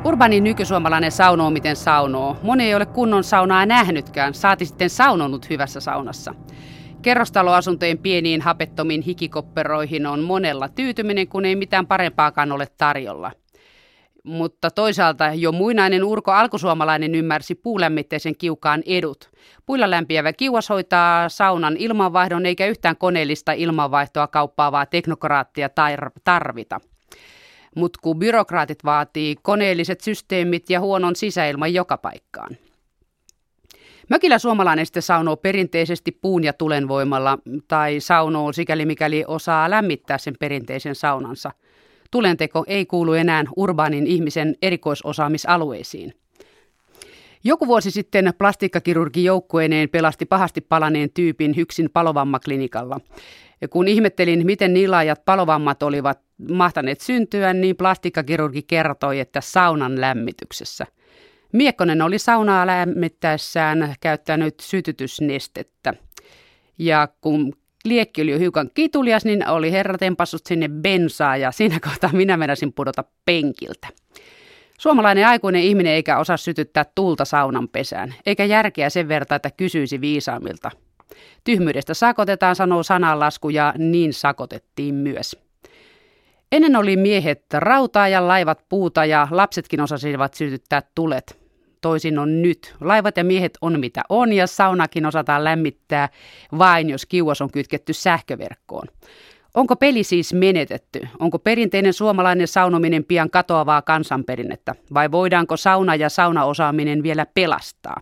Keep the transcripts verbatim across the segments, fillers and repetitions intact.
Urbaani nykysuomalainen saunoo miten saunoo. Moni ei ole kunnon saunaa nähnytkään, saati sitten saunonut hyvässä saunassa. Kerrostaloasuntojen pieniin hapettomiin hikikopperoihin on monella tyytyminen, kun ei mitään parempaakaan ole tarjolla. Mutta toisaalta jo muinainen urko alkusuomalainen ymmärsi puulämmitteisen kiukaan edut. Puilla lämpiävä kiuas hoitaa saunan ilmanvaihdon eikä yhtään koneellista ilmanvaihtoa kauppaavaa teknokraattia tarvita. Mutta kun byrokraatit vaatii koneelliset systeemit ja huonon sisäilman joka paikkaan. Mökillä suomalainen sitten saunoo perinteisesti puun ja tulen voimalla tai saunoo sikäli mikäli osaa lämmittää sen perinteisen saunansa. Tulenteko ei kuulu enää urbaanin ihmisen erikoisosaamisalueisiin. Joku vuosi sitten plastiikkakirurgi joukkueineen pelasti pahasti palaneen tyypin Hyksin palovammaklinikalla. Ja kun ihmettelin, miten niin laajat palovammat olivat mahtaneet syntyä, niin plastiikkakirurgi kertoi, että saunan lämmityksessä. Miekkonen oli saunaa lämmittäessään käyttänyt sytytysnestettä. Ja kun liekki oli jo hiukan kitulias, niin oli herra tempassut sinne bensaa ja siinä kohtaa minä menisin pudota penkiltä. Suomalainen aikuinen ihminen eikä osaa sytyttää tuulta saunan pesään, eikä järkeä sen verran, että kysyisi viisaammilta. Tyhmyydestä sakotetaan, sanoo sananlasku, ja niin sakotettiin myös. Ennen oli miehet rautaa ja laivat puuta ja lapsetkin osasivat sytyttää tulet. Toisin on nyt. Laivat ja miehet on mitä on ja saunakin osataan lämmittää vain, jos kiuas on kytketty sähköverkkoon. Onko peli siis menetetty? Onko perinteinen suomalainen saunominen pian katoavaa kansanperinnettä? Vai voidaanko sauna ja saunaosaaminen vielä pelastaa?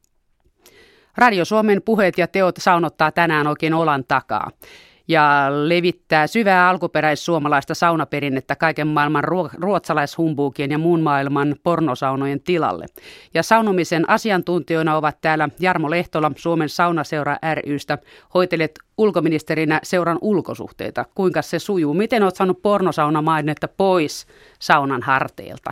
Radio Suomen puheet ja teot saunottaa tänään oikein olan takaa ja levittää syvää alkuperäissuomalaista saunaperinnettä kaiken maailman ruotsalaishumbuukien ja muun maailman pornosaunojen tilalle. Ja saunomisen asiantuntijoina ovat täällä Jarmo Lehtola Suomen saunaseura ry:stä, hoitelet ulkoministerinä seuran ulkosuhteita. Kuinka se sujuu? Miten olet saanut pornosaunamainetta pois saunan harteilta?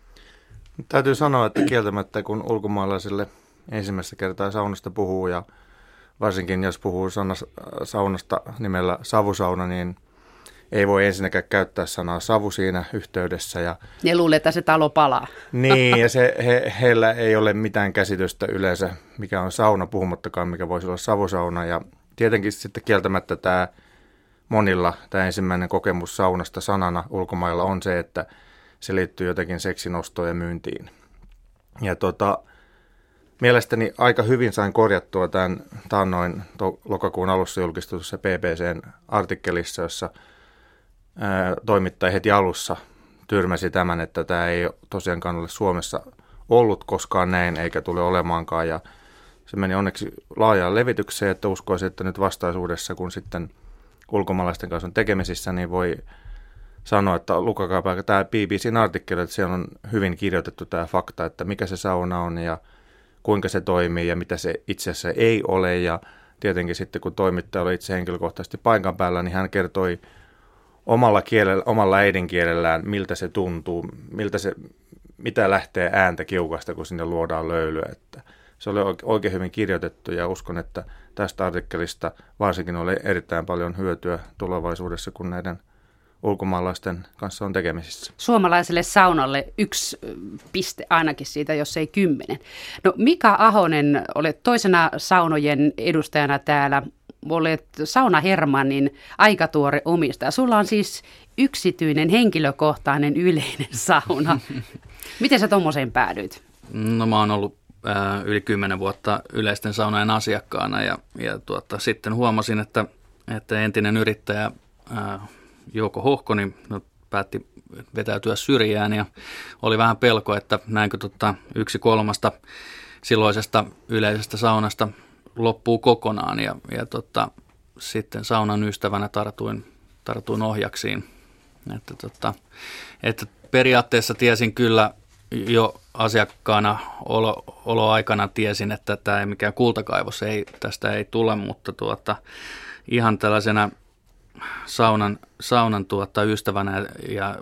Täytyy sanoa, että kieltämättä kun ulkomaalaisille ensimmäistä kertaa saunasta puhuu ja varsinkin jos puhuu saunasta nimellä savusauna, niin ei voi ensinnäkään käyttää sanaa savu siinä yhteydessä. Ja ne luulee, että se talo palaa. Niin, ja se, he, heillä ei ole mitään käsitystä yleensä, mikä on sauna, puhumattakaan mikä voisi olla savusauna. Ja tietenkin sitten kieltämättä tämä monilla, tämä ensimmäinen kokemus saunasta sanana ulkomailla on se, että se liittyy jotenkin seksinostoon ja myyntiin. Ja tota... Mielestäni aika hyvin sain korjattua tämän taannoin lokakuun alussa julkistutussa B B C:n artikkelissa, jossa ää, toimittaja heti alussa tyrmäsi tämän, että tämä ei tosiaankaan ole Suomessa ollut koskaan näin eikä tule olemaankaan. Ja se meni onneksi laajaan levitykseen, että uskoisin, että nyt vastaisuudessa, kun sitten ulkomaalaisten kanssa on tekemisissä, niin voi sanoa, että lukakaapa tämä B B C:n artikkeli, että siellä on hyvin kirjoitettu tämä fakta, että mikä se sauna on ja kuinka se toimii ja mitä se itse asiassa ei ole. Ja tietenkin sitten, kun toimittaja oli itse henkilökohtaisesti paikan päällä, niin hän kertoi omalla, kielellä, omalla äidinkielellään, miltä se tuntuu, miltä se, mitä lähtee ääntä kiukasta, kun sinne luodaan löylyä. Että se oli oikein hyvin kirjoitettu ja uskon, että tästä artikkelista varsinkin oli erittäin paljon hyötyä tulevaisuudessa, kun näiden ulkomaalaisten kanssa on tekemisissä. Suomalaiselle saunalle yksi piste ainakin siitä, jos ei kymmenen. No Mika Ahonen, olet toisena saunojen edustajana täällä. Olet Sauna Hermannin aikatuore omistaja. Sulla on siis yksityinen, henkilökohtainen, yleinen sauna. Miten sä tommoseen päädyit? No mä oon ollut äh, yli kymmenen vuotta yleisten saunojen asiakkaana ja, ja tuota, sitten huomasin, että, että entinen yrittäjä äh, Jouko Hohko niin no, päätti vetäytyä syrjään ja oli vähän pelko, että näinkö tota, yksi kolmasta silloisesta yleisestä saunasta loppuu kokonaan ja, ja tota, sitten saunan ystävänä tartuin, tartuin ohjaksiin. Että, tota, että periaatteessa tiesin kyllä jo asiakkaana olo, oloaikana tiesin, että tämä ei mikään kultakaivos, ei, tästä ei tule, mutta tuota, ihan tällaisena saunan, saunan tuota, ystävänä ja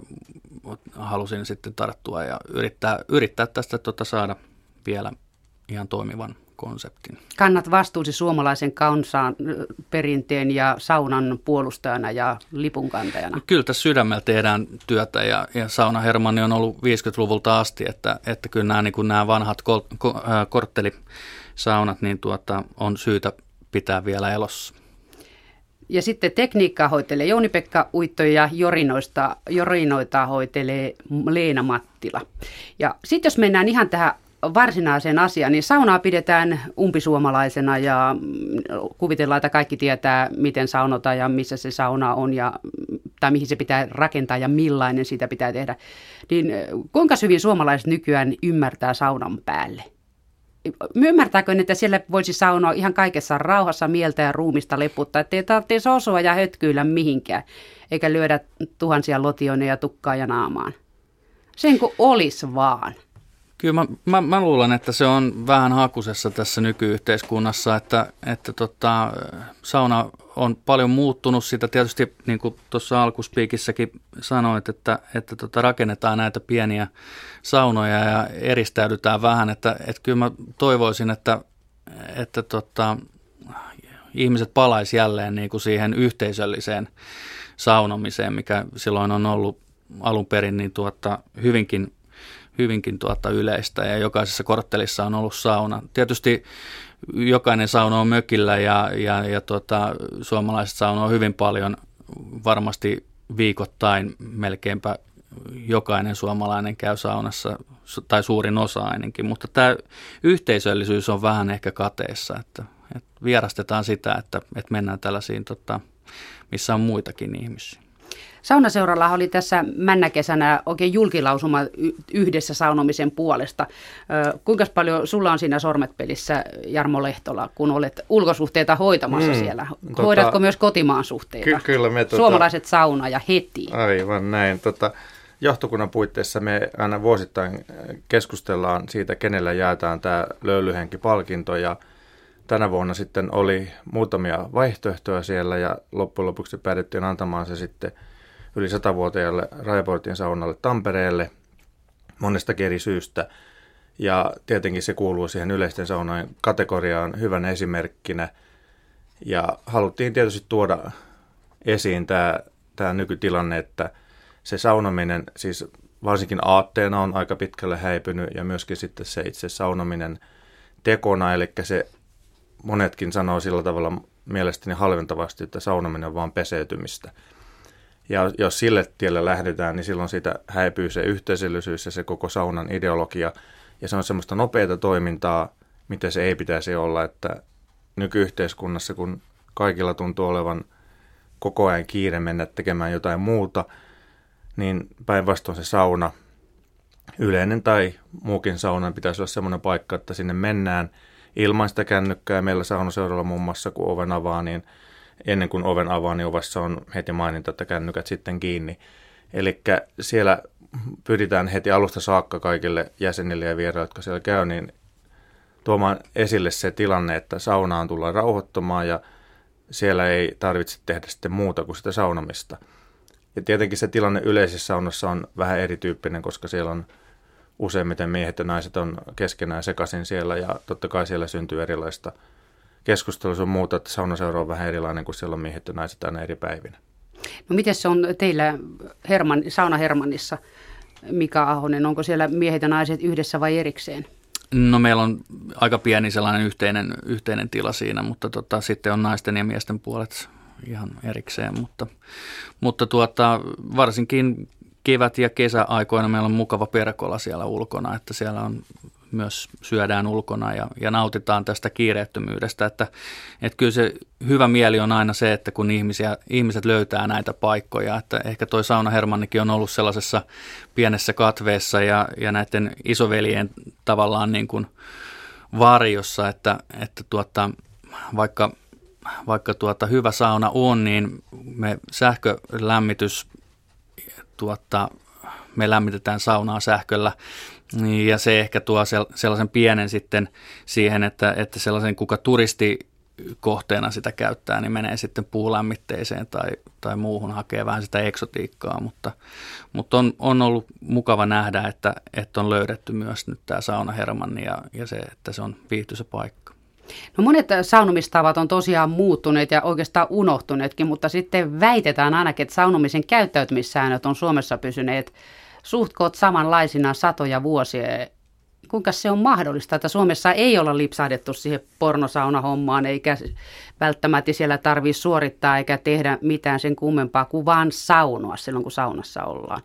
halusin sitten tarttua ja yrittää, yrittää tästä tuota, saada vielä ihan toimivan konseptin. Kannat vastuusi suomalaisen kansan perinteen ja saunan puolustajana ja lipunkantajana. Kyllä tässä sydämellä tehdään työtä ja, ja Sauna Hermanni on ollut viisikymmentäluvulta asti, että, että kyllä nämä, niin kuin nämä vanhat kol, ko, äh, korttelisaunat niin tuota, on syytä pitää vielä elossa. Ja sitten tekniikkaa hoitelee Jouni-Pekka Uitto ja jorinoista, jorinoita hoitelee Leena Mattila. Ja sitten jos mennään ihan tähän varsinaiseen asiaan, niin saunaa pidetään umpisuomalaisena ja kuvitellaan, että kaikki tietää, miten saunota ja missä se sauna on ja, tai mihin se pitää rakentaa ja millainen sitä pitää tehdä. Niin kuinka hyvin suomalaiset nykyään ymmärtää saunan päälle? Ymmärtääkö, että siellä voisi saunoa ihan kaikessa rauhassa mieltä ja ruumista leputtaa, ettei tarvitse sosua ja hötkyillä mihinkään, eikä lyödä tuhansia lotioneja tukkaan ja naamaan. Sen kun olisi vaan. Kyllä mä, mä, mä luulen, että se on vähän hakusessa tässä nykyyhteiskunnassa, että, että tota, sauna on paljon muuttunut. Sitä tietysti, niin kuin tuossa alkuspiikissäkin sanoit, että, että tota, rakennetaan näitä pieniä saunoja ja eristäydytään vähän. Että, että kyllä mä toivoisin, että, että tota, ihmiset palaisi jälleen niin kuin siihen yhteisölliseen saunomiseen, mikä silloin on ollut alun perin niin tuota, hyvinkin hyvinkin tuota yleistä ja jokaisessa korttelissa on ollut sauna. Tietysti jokainen sauna on mökillä ja, ja, ja tuota, suomalaiset saunoo hyvin paljon, varmasti viikoittain melkeinpä jokainen suomalainen käy saunassa, tai suurin osa ainakin, mutta tämä yhteisöllisyys on vähän ehkä kateessa, että, että vierastetaan sitä, että, että mennään tällaisiin, tota, missä on muitakin ihmisiä. Saunaseuralla oli tässä männäkesänä oikein julkilausuma yhdessä saunomisen puolesta. Kuinka paljon sulla on siinä sormet pelissä, Jarmo Lehtola, kun olet ulkosuhteita hoitamassa mm, siellä? Hoidatko tota, myös kotimaan suhteita? Ky- kyllä me, tota, suomalaiset sauna ja heti. Aivan näin. Tota, johtokunnan puitteissa me aina vuosittain keskustellaan siitä, kenellä jaetaan tämä löylyhenki-palkinto ja tänä vuonna sitten oli muutamia vaihtoehtoja siellä ja loppujen lopuksi päädyttiin antamaan se sitten yli satavuotiaalle Rajaportin saunalle Tampereelle monestakin eri syystä. Ja tietenkin se kuuluu siihen yleisten saunojen kategoriaan hyvänä esimerkkinä. Ja haluttiin tietysti tuoda esiin tämä, tämä nykytilanne, että se saunominen, siis varsinkin aatteena on aika pitkälle häipynyt ja myöskin sitten se itse saunominen tekona, eli se monetkin sanoo sillä tavalla mielestäni halventavasti, että saunominen on vaan peseytymistä. Ja jos sille tielle lähdetään, niin silloin siitä häipyy se yhteisöllisyys ja se koko saunan ideologia. Ja se on semmoista nopeata toimintaa, mitä se ei pitäisi olla, että nykyyhteiskunnassa, kun kaikilla tuntuu olevan koko ajan kiire mennä tekemään jotain muuta, niin päinvastoin se sauna, yleinen tai muukin sauna, pitäisi olla semmoinen paikka, että sinne mennään ilman sitä kännykkää. Meillä saunaseuralla muun muassa, kun oven avaa, niin ennen kuin oven avaa, niin ovessa on heti maininta, että kännykät sitten kiinni. Eli siellä pyritään heti alusta saakka kaikille jäsenille ja vieraille, jotka siellä käy, niin tuomaan esille se tilanne, että saunaan tullaan rauhoittumaan ja siellä ei tarvitse tehdä sitten muuta kuin sitä saunomista. Ja tietenkin se tilanne yleisessä saunassa on vähän erityyppinen, koska siellä on useimmiten miehet ja naiset on keskenään sekaisin siellä ja totta kai siellä syntyy erilaista keskustelua on muuta, että saunaseura on vähän erilainen kuin siellä on miehet ja naiset aina eri päivinä. No miten se on teillä Herman, Sauna Hermannissa, Mika Ahonen? Onko siellä miehet ja naiset yhdessä vai erikseen? No meillä on aika pieni sellainen yhteinen, yhteinen tila siinä, mutta tota, sitten on naisten ja miesten puolet ihan erikseen. Mutta, mutta tuota, varsinkin kevät- ja kesäaikoina meillä on mukava perkola siellä ulkona, että siellä on myös syödään ulkona ja, ja nautitaan tästä kiireettömyydestä, että, että kyllä se hyvä mieli on aina se, että kun ihmisiä, ihmiset löytää näitä paikkoja, että ehkä toi Sauna Hermannikin on ollut sellaisessa pienessä katveessa ja, ja näiden isoveljen tavallaan niin kuin varjossa, että, että tuota, vaikka, vaikka tuota hyvä sauna on, niin me sähkölämmitys, tuota, me lämmitetään saunaa sähköllä. Ja se ehkä tuo sellaisen pienen sitten siihen, että, että sellaisen kuka turisti kohteena sitä käyttää, niin menee sitten puulämmitteiseen tai, tai muuhun, hakee vähän sitä eksotiikkaa, mutta, mutta on, on ollut mukava nähdä, että, että on löydetty myös nyt tämä saunahermanni ja, ja se, että se on viihtyisä paikka. No monet saunomistavat on tosiaan muuttuneet ja oikeastaan unohtuneetkin, mutta sitten väitetään ainakin, että saunomisen käyttäytymissäännöt on Suomessa pysyneet suht koot samanlaisina satoja vuosia. Kuinka se on mahdollista, että Suomessa ei olla lipsahdettu siihen pornosaunahommaan, eikä välttämättä siellä tarvitse suorittaa eikä tehdä mitään sen kummempaa kuin vaan saunoa silloin, kun saunassa ollaan?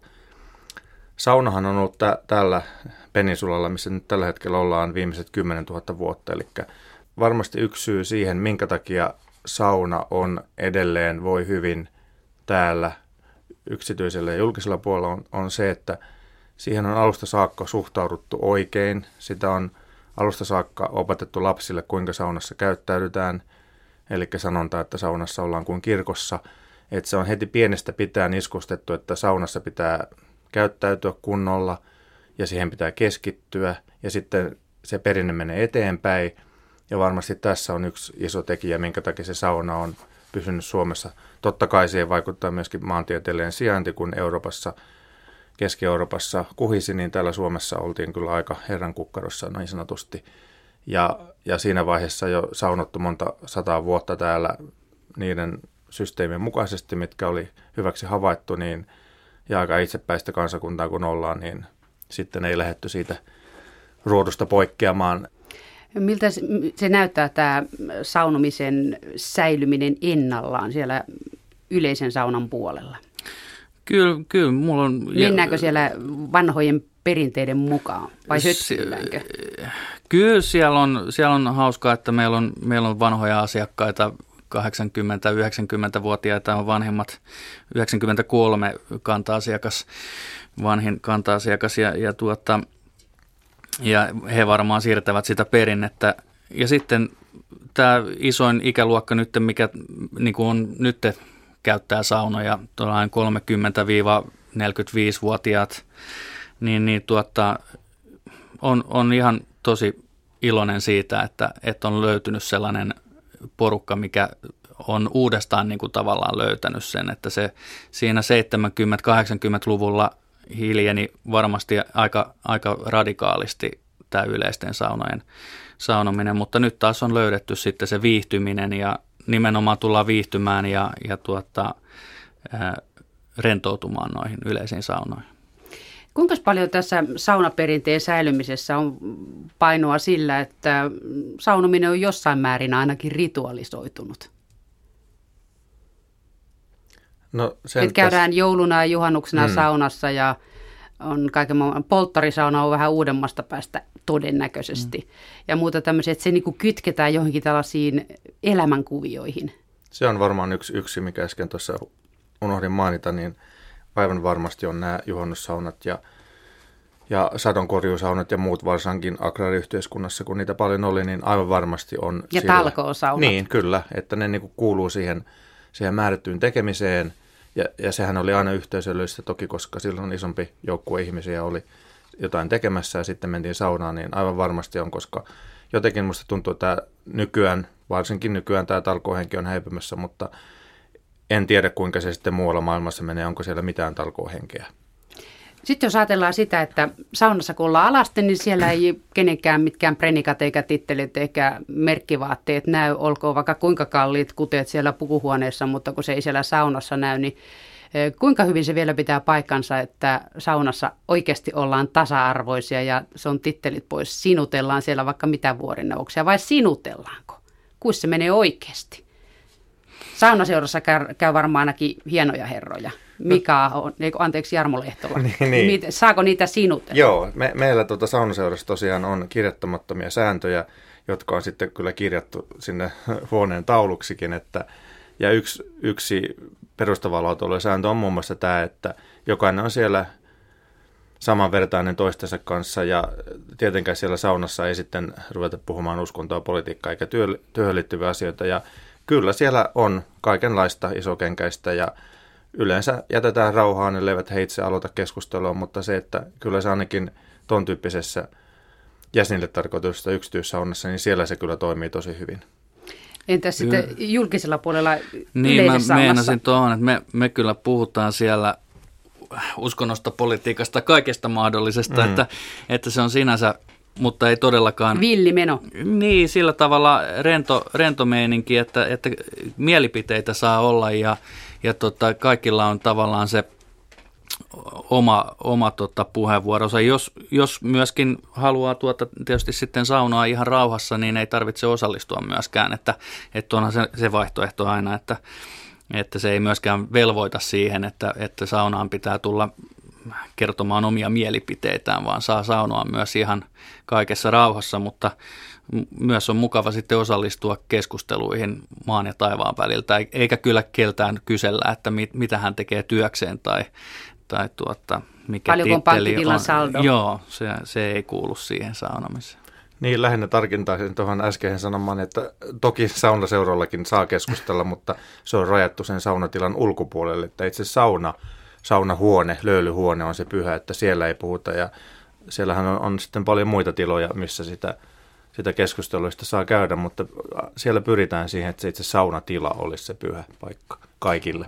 Saunahan on ollut tä- tällä peninsulalla, missä nyt tällä hetkellä ollaan viimeiset kymmenen tuhatta vuotta. Eli varmasti yksi syy siihen, minkä takia sauna on edelleen voi hyvin täällä yksityisellä ja julkisella puolella on, on se, että siihen on alusta saakka suhtauduttu oikein. Sitä on alusta saakka opetettu lapsille, kuinka saunassa käyttäydytään. Eli sanonta, että saunassa ollaan kuin kirkossa. Että se on heti pienestä pitäen iskustettu, että saunassa pitää käyttäytyä kunnolla ja siihen pitää keskittyä. Ja sitten se perinne menee eteenpäin. Ja varmasti tässä on yksi iso tekijä, minkä takia se sauna on pysynyt Suomessa. Totta kai siihen vaikuttaa myöskin maantieteellinen sijainti, kun Euroopassa, Keski-Euroopassa kuhisi, niin täällä Suomessa oltiin kyllä aika herran kukkarossa niin sanotusti. Ja, ja siinä vaiheessa jo saunottu monta sataa vuotta täällä niiden systeemien mukaisesti, mitkä oli hyväksi havaittu, niin ja aika itsepäistä kansakuntaa kun ollaan, niin sitten ei lähdetty siitä ruodusta poikkeamaan. Miltä se näyttää tämä saunomisen säilyminen ennallaan siellä yleisen saunan puolella? Kyllä, kyllä mulla on... Mennäänkö siellä vanhojen perinteiden mukaan vai hötsyilläänkö? Kyllä siellä on, siellä on hauskaa, että meillä on, meillä on vanhoja asiakkaita, kahdeksankymmentä-yhdeksänkymmentävuotiaita on vanhimmat, yhdeksänkymmentäkolme kanta-asiakas, vanhin kanta-asiakas ja, ja, tuota, ja he varmaan siirtävät sitä perinnettä. Ja sitten tämä isoin ikäluokka nyt, mikä niin kuin on nyt käyttää saunoja, kolmekymmentä-neljäkymmentäviisi-vuotiaat, niin, niin tuota, on, on ihan tosi iloinen siitä, että, että on löytynyt sellainen porukka, mikä on uudestaan niin kuin tavallaan löytänyt sen, että se siinä seitsemänkymmentä-kahdeksankymmentäluvulla hiljeni varmasti aika, aika radikaalisti tämä yleisten saunojen saunominen, mutta nyt taas on löydetty sitten se viihtyminen ja nimenomaan tullaan viihtymään ja, ja tuota, ää, rentoutumaan noihin yleisiin saunoihin. Kuinka paljon tässä saunaperinteen säilymisessä on painoa sillä, että saunominen on jossain määrin ainakin ritualisoitunut? No, että käydään jouluna ja juhannuksena hmm. saunassa ja on kaiken maailman, polttarisauna on vähän uudemmasta päästä todennäköisesti. Hmm. Ja muuta tämmöisiä, että se niin kuin kytketään johonkin tällaisiin elämänkuvioihin. Se on varmaan yksi, yksi mikä äsken tuossa unohdin mainita, niin aivan varmasti on nämä juhannussaunat ja, ja sadonkorjuusaunat ja muut varsinkin agraariyhteiskunnassa, kun niitä paljon oli, niin aivan varmasti on. Ja talkoosaunat. Niin, kyllä, että ne niin kuin kuuluu siihen, siihen määrättyyn tekemiseen ja, ja sehän oli aina yhteisöllistä toki, koska silloin isompi joukkue ihmisiä oli jotain tekemässä ja sitten mentiin saunaan, niin aivan varmasti on, koska jotenkin musta tuntuu, että nykyään, varsinkin nykyään tämä talkoohenki on häipymässä, mutta en tiedä, kuinka se sitten muualla maailmassa menee, onko siellä mitään talkoohenkeä. Sitten jos ajatellaan sitä, että saunassa kun ollaan alasti, niin siellä ei kenenkään mitkään prenikat eikä tittelit eikä merkkivaatteet näy, olkoon vaikka kuinka kalliit kuteet siellä pukuhuoneessa, mutta kun se ei siellä saunassa näy, niin kuinka hyvin se vielä pitää paikkansa, että saunassa oikeasti ollaan tasa-arvoisia ja se on tittelit pois, sinutellaan siellä vaikka mitä vuorineuksia vai sinutellaanko? Kuinka se menee oikeasti? Saunaseurassa käy, käy varmaan ainakin hienoja herroja. Mika on, anteeksi Jarmo Lehtola. niin, niin. Niitä, saako niitä sinutella? Joo, me, meillä tuota saunaseurassa tosiaan on kirjoittamattomia sääntöjä, jotka on sitten kyllä kirjattu sinne huoneen tauluksikin. Että, ja yksi, yksi perustavanlaatuinen sääntö on muun muassa tämä, että jokainen on siellä samanvertainen toistensa kanssa ja tietenkään siellä saunassa ei sitten ruveta puhumaan uskontoa, politiikkaa eikä työ, työhön liittyviä asioita. Ja kyllä siellä on kaikenlaista isokenkäistä ja yleensä jätetään rauhaan, elleivät he itse aloita keskustelua, mutta se, että kyllä se ainakin ton tyyppisessä jäsenille tarkoituksessa yksityissaunassa, niin siellä se kyllä toimii tosi hyvin. Entäs sitten julkisella puolella niin, yleisessä mä meinasin tuohon, että me, me kyllä puhutaan siellä uskonnosta, politiikasta, kaikesta mahdollisesta, mm. että, että se on sinänsä, mutta ei todellakaan... Villimeno. Niin, sillä tavalla rento, rento meininki, että, että mielipiteitä saa olla ja, ja tota, kaikilla on tavallaan se oma, oma tota, puheenvuoronsa. Jos, jos myöskin haluaa tuota, tietysti sitten saunaa ihan rauhassa, niin ei tarvitse osallistua myöskään, että, että onhan se, se vaihtoehto aina, että, että se ei myöskään velvoita siihen, että, että saunaan pitää tulla kertomaan omia mielipiteitään, vaan saa saunoa myös ihan kaikessa rauhassa, mutta myös on mukava sitten osallistua keskusteluihin maan ja taivaan väliltä, eikä kyllä keltään kysellä, että mit, mitä hän tekee työkseen tai, tai tuota, mikä paljonko titteli on. Saldo. Joo, se, se ei kuulu siihen saunomiseen. Niin, lähinnä tarkintaisin tuohon äskeisen sanomaan, että toki saunaseurallakin saa keskustella, mutta se on rajattu sen saunatilan ulkopuolelle, että itse sauna, saunahuone, löylyhuone on se pyhä, että siellä ei puhuta ja siellähän on, on sitten paljon muita tiloja, missä sitä, sitä keskusteluista saa käydä, mutta siellä pyritään siihen, että se itse saunatila olisi se pyhä paikka kaikille.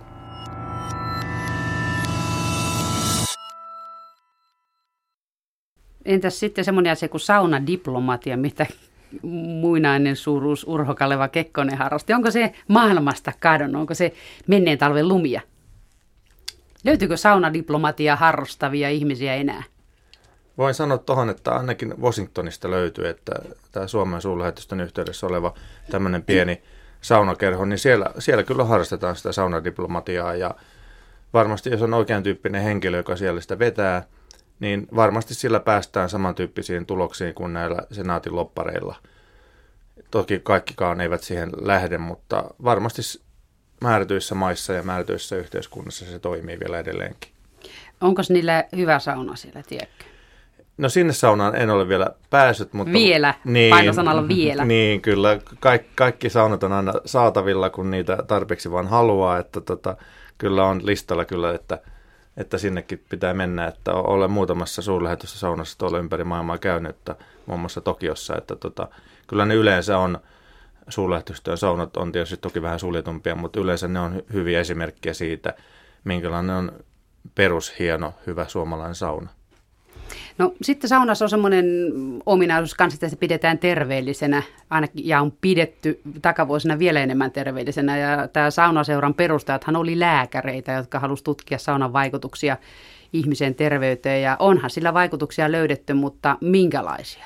Entäs sitten semmoinen asia kuin saunadiplomatia, mitä muinainen suuruus Urho Kaleva Kekkonen harrasti. Onko se maailmasta kadonnut? Onko se menneen talven lumia? Löytyykö saunadiplomatia harrastavia ihmisiä enää? Voin sanoa tuohon, että ainakin Washingtonista löytyy, että tämä Suomen suurlähetystön yhteydessä oleva tämmöinen pieni saunakerho, niin siellä, siellä kyllä harrastetaan sitä saunadiplomatiaa ja varmasti jos on oikean tyyppinen henkilö, joka siellä sitä vetää, niin varmasti sillä päästään samantyyppisiin tuloksiin kuin näillä senaatin lobbareilla. Toki kaikkikaan eivät siihen lähde, mutta varmasti määrätyissä maissa ja määrätyissä yhteiskunnassa se toimii vielä edelleenkin. Onko niillä hyvä sauna siellä, tiedätkö? No sinne saunaan en ole vielä päässyt, mutta... Vielä, niin, painosanalla vielä. Niin, kyllä. Kaik, kaikki saunat on aina saatavilla, kun niitä tarpeeksi vaan haluaa, että tota, kyllä on listalla kyllä, että, että sinnekin pitää mennä, että olen muutamassa suurlähetyssä saunassa tuolla ympäri maailmaa käynyt, että muun muassa Tokiossa, että tota, kyllä ne yleensä on, suurlähetystöön saunat on tietysti toki vähän suljetumpia, mutta yleensä ne on hyviä esimerkkejä siitä, minkälainen on perushieno, hyvä suomalainen sauna. No sitten saunassa on semmoinen ominaisuus kanssa, että sitä pidetään terveellisenä, ainakin ja on pidetty takavuosina vielä enemmän terveellisenä. Ja tämä saunaseuran perustajathan oli lääkäreitä, jotka halusivat tutkia saunan vaikutuksia ihmisen terveyteen. Ja onhan sillä vaikutuksia löydetty, mutta minkälaisia?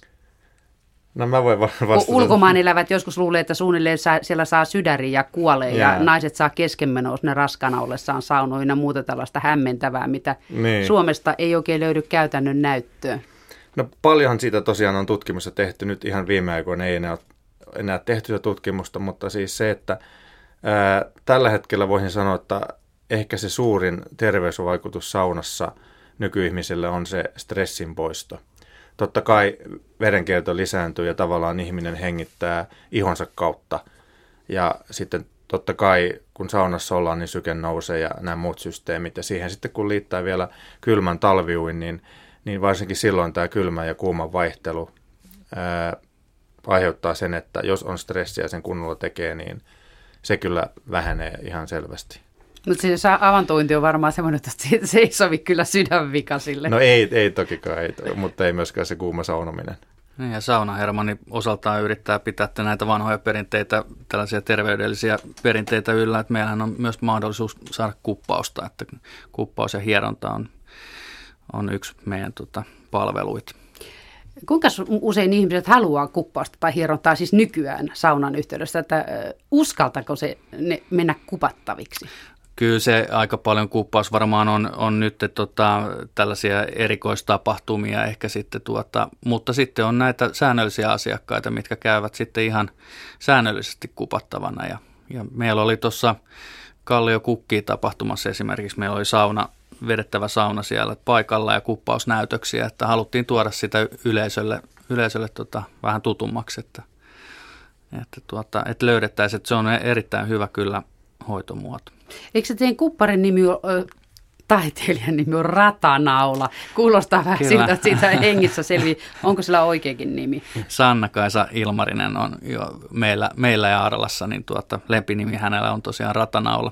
No mä voin vastata. Ulkomaan elävät joskus luulee, että suunnilleen saa, siellä saa sydäriä ja kuolee yeah. ja naiset saa keskenmenoa, ne raskana ollessaan saunoina ja muuta tällaista hämmentävää, mitä niin. Suomesta ei oikein löydy käytännön näyttöä. No paljonhan siitä tosiaan on tutkimusta tehty, nyt ihan viime aikoina ei enää, enää tehty sitä tutkimusta, mutta siis se, että ää, tällä hetkellä voisin sanoa, että ehkä se suurin terveysvaikutus saunassa nykyihmisille on se stressin poisto. Totta kai verenkierto lisääntyy ja tavallaan ihminen hengittää ihonsa kautta. Ja sitten totta kai kun saunassa ollaan, niin syke nousee ja nämä muut systeemit. Ja siihen sitten kun liittää vielä kylmän talviuin, niin, niin varsinkin silloin tämä kylmä ja kuuman vaihtelu ää, aiheuttaa sen, että jos on stressiä ja sen kunnolla tekee, niin se kyllä vähenee ihan selvästi. Mutta se avantointi on varmaan semmoinen, että se ei sovi kyllä sydänvikaisille. No ei, ei tokikaan, ei, mutta ei myöskään se kuuma saunominen. Niin ja saunahermani osaltaan yrittää pitää näitä vanhoja perinteitä, tällaisia terveydellisiä perinteitä yllä, että meillähän on myös mahdollisuus saada kuppausta, että kuppaus ja hieronta on, on yksi meidän tota, palveluita. Kuinka usein ihmiset haluaa kuppausta tai hierontaa siis nykyään saunan yhteydessä, että uskaltako se ne mennä kupattaviksi? Kyllä se aika paljon kuppaus varmaan on, on nyt tota, tällaisia erikoistapahtumia ehkä sitten tuota, mutta sitten on näitä säännöllisiä asiakkaita, mitkä käyvät sitten ihan säännöllisesti kupattavana ja, ja meillä oli tuossa Kallio Kukkii tapahtumassa esimerkiksi, meillä oli sauna, vedettävä sauna siellä paikalla ja kuppausnäytöksiä, että haluttiin tuoda sitä yleisölle, yleisölle tota, vähän tutummaksi, että, että, tuota, että löydettäisiin, että se on erittäin hyvä kyllä hoitomuoto. Eikö se teidän kupparin nimi ole taiteilijan nimi on Ratanaula. Kuulostaa vähän Kyllä. siltä, että siitä hengissä selvii. Onko sillä oikeakin nimi? Sanna-Kaisa Ilmarinen on jo meillä, meillä ja Arlassa, niin tuota, lempinimi hänellä on tosiaan Ratanaula.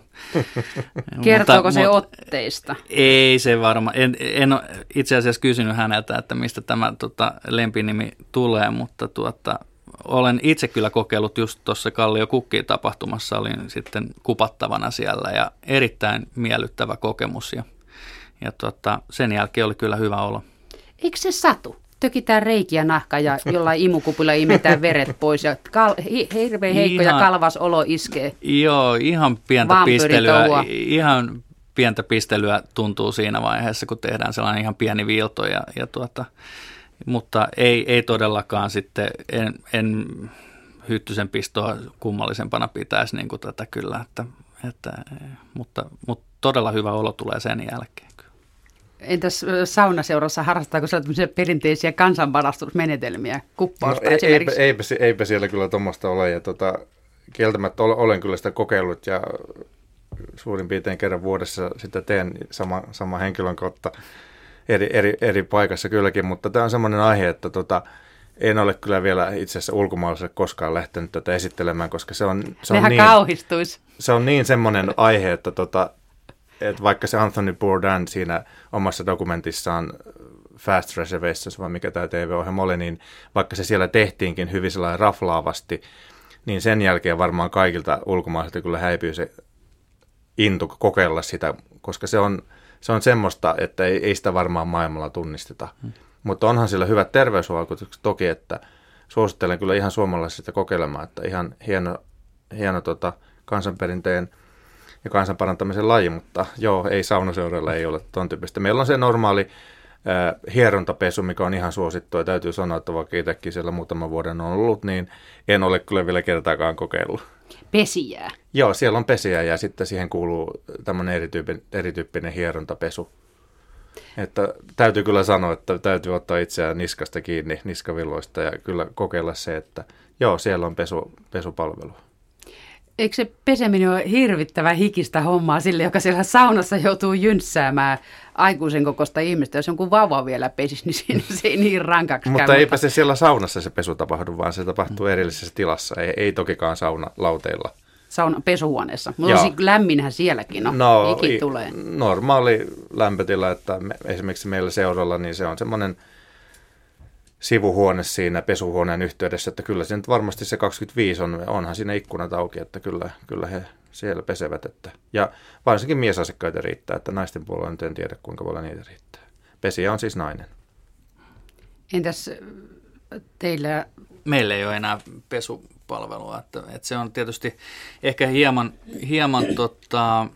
Kertooko mutta, se mutta, otteista? Ei se varmaan. En, en ole itse asiassa kysynyt häneltä, että mistä tämä tota, lempinimi tulee, mutta tuota, olen itse kyllä kokeillut just tuossa Kallio Kukki-tapahtumassa, olin sitten kupattavana siellä ja erittäin miellyttävä kokemus ja, ja tuota, sen jälkeen oli kyllä hyvä olo. Eikö se satu? Tökitään reikiä nahka ja jollain imukupilla imetään veret pois ja kal- hi- hirveän heikko ihan, ja kalvas olo iskee. Joo, ihan pientä pistelyä, ihan pientä pistelyä tuntuu siinä vaiheessa, kun tehdään sellainen ihan pieni viilto ja, ja tuota, mutta ei, ei todellakaan sitten, en, en hyttysen pistoa kummallisempana pitäisi niin kuin tätä kyllä, että, että, mutta, mutta todella hyvä olo tulee sen jälkeen. Entäs saunaseurassa harrastaako siellä tämmöisiä perinteisiä kansanvarastusmenetelmiä, kuppausta no, esimerkiksi? Eipä, eipä, eipä siellä kyllä tuommoista ole ja tota, kieltämättä olen kyllä sitä kokeillut ja suurin piirtein kerran vuodessa sitä teen sama, sama henkilön kautta. Eri, eri, eri paikassa kylläkin, mutta tämä on semmoinen aihe, että tota, en ole kyllä vielä itse asiassa ulkomaalaiselle koskaan lähtenyt tätä esittelemään, koska se on, se on, niin, kauhistuisi. Se on niin semmoinen aihe, että, tota, että vaikka se Anthony Bourdain siinä omassa dokumentissaan Fast Reservations, vai mikä tämä T V-ohjelma oli, niin vaikka se siellä tehtiinkin hyvin sellainen raflaavasti, niin sen jälkeen varmaan kaikilta ulkomaalaisilta kyllä häipyy se into kokeilla sitä, koska se on Se on semmoista, että ei, ei sitä varmaan maailmalla tunnisteta. Hmm. Mutta onhan sillä hyvät terveysvaikutukset toki, että suosittelen kyllä ihan suomalaisista kokeilemaan, että ihan hieno, hieno tota, kansanperinteen ja kansanparantamisen laji, mutta joo, ei saunaseuralla ei ole ton tyyppistä. Meillä on se normaali äh, hierontapesu, mikä on ihan suosittu, ja täytyy sanoa, että vaikka itsekin siellä muutaman vuoden on ollut, niin en ole kyllä vielä kertaakaan kokeillut. Pesijää. Joo, siellä on pesijää ja sitten siihen kuuluu tämmöinen erityyppinen, erityyppinen hierontapesu. Että täytyy kyllä sanoa, että täytyy ottaa itseään niskasta kiinni, niskavilloista ja kyllä kokeilla se, että joo, siellä on pesu, pesupalvelu. Eikö se peseminen ole hirvittävän hikistä hommaa sille, joka siellä saunassa joutuu jynssäämään aikuisen kokoista ihmistä? Jos jonkun vauva vielä pesisi, niin se ei niin rankaksi Mutta käy. eipä se siellä saunassa se pesu tapahdu, vaan se tapahtuu erillisessä tilassa. Ei, ei tokikaan saunalauteilla. Sauna pesuhuoneessa. Mutta on lämminhän sielläkin on. No, Hiki tulee. Normaali lämpötila, että me, esimerkiksi meillä seuralla, niin se on semmoinen sivuhuone siinä pesuhuoneen yhteydessä, että kyllä se nyt varmasti se kaksikymmentäviisi on, onhan siinä ikkunat auki, että kyllä, kyllä he siellä pesevät. Että, ja varsinkin miesasiakkaita riittää, että naisten puolella nyt en tiedä kuinka paljon niitä riittää. Pesijä on siis nainen. Entäs teillä? Meillä ei ole enää pesupalvelua, että, että se on tietysti ehkä hieman, hieman tota,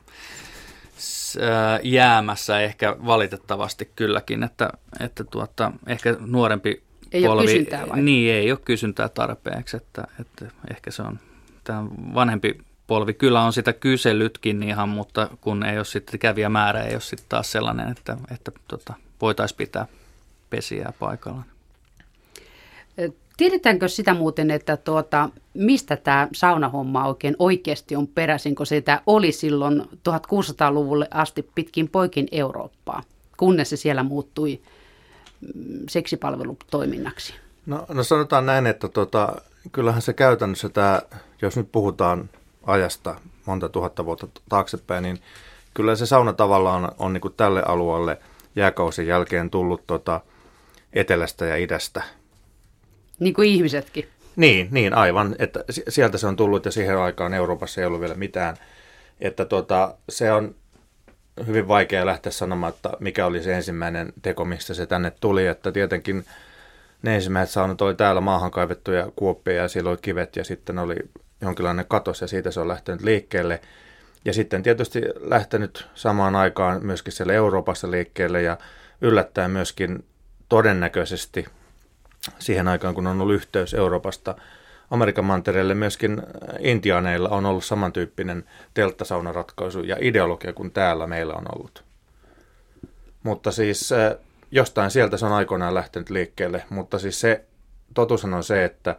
jäämässä ehkä valitettavasti kylläkin, että, että tuota, ehkä nuorempi ei polvi, ole kysyntää vai? Niin, ei ole kysyntää tarpeeksi, että, että ehkä se on tämä vanhempi polvi. Kyllä on sitä kyselytkin ihan, mutta kun ei ole sitten kävijämäärä, ei ole sitten taas sellainen, että, että tota, voitaisiin pitää pesijää paikallaan. Tiedetäänkö sitä muuten, että tuota, mistä tämä saunahomma oikein oikeasti on peräisin, kun sitä oli silloin tuhatkuusisataaluvulle asti pitkin poikin Eurooppaa, kunnes se siellä muuttui seksipalvelutoiminnaksi? No, no sanotaan näin, että tota, kyllähän se käytännössä tämä, jos nyt puhutaan ajasta monta tuhatta vuotta taaksepäin, niin kyllä se sauna tavallaan on, on niin kuin tälle alueelle jääkausin jälkeen tullut tota, etelästä ja idästä. Niin kuin ihmisetkin. Niin, niin aivan, että sieltä se on tullut ja siihen aikaan Euroopassa ei ollut vielä mitään. Että tota, se on hyvin vaikea lähteä sanomaan, että mikä oli se ensimmäinen teko, mistä se tänne tuli. Että tietenkin ne ensimmäiset saunat oli täällä maahan kaivettuja kuoppia ja siellä oli kivet ja sitten oli jonkinlainen katos ja siitä se on lähtenyt liikkeelle. Ja sitten tietysti lähtenyt samaan aikaan myöskin siellä Euroopassa liikkeelle ja yllättäen myöskin todennäköisesti siihen aikaan, kun on ollut yhteys Euroopasta Amerikan mantereelle, myöskin intiaaneilla on ollut samantyyppinen telttasaunaratkaisu ja ideologia kuin täällä meillä on ollut. Mutta siis jostain sieltä se on aikoinaan lähtenyt liikkeelle, mutta siis se totuushan on se, että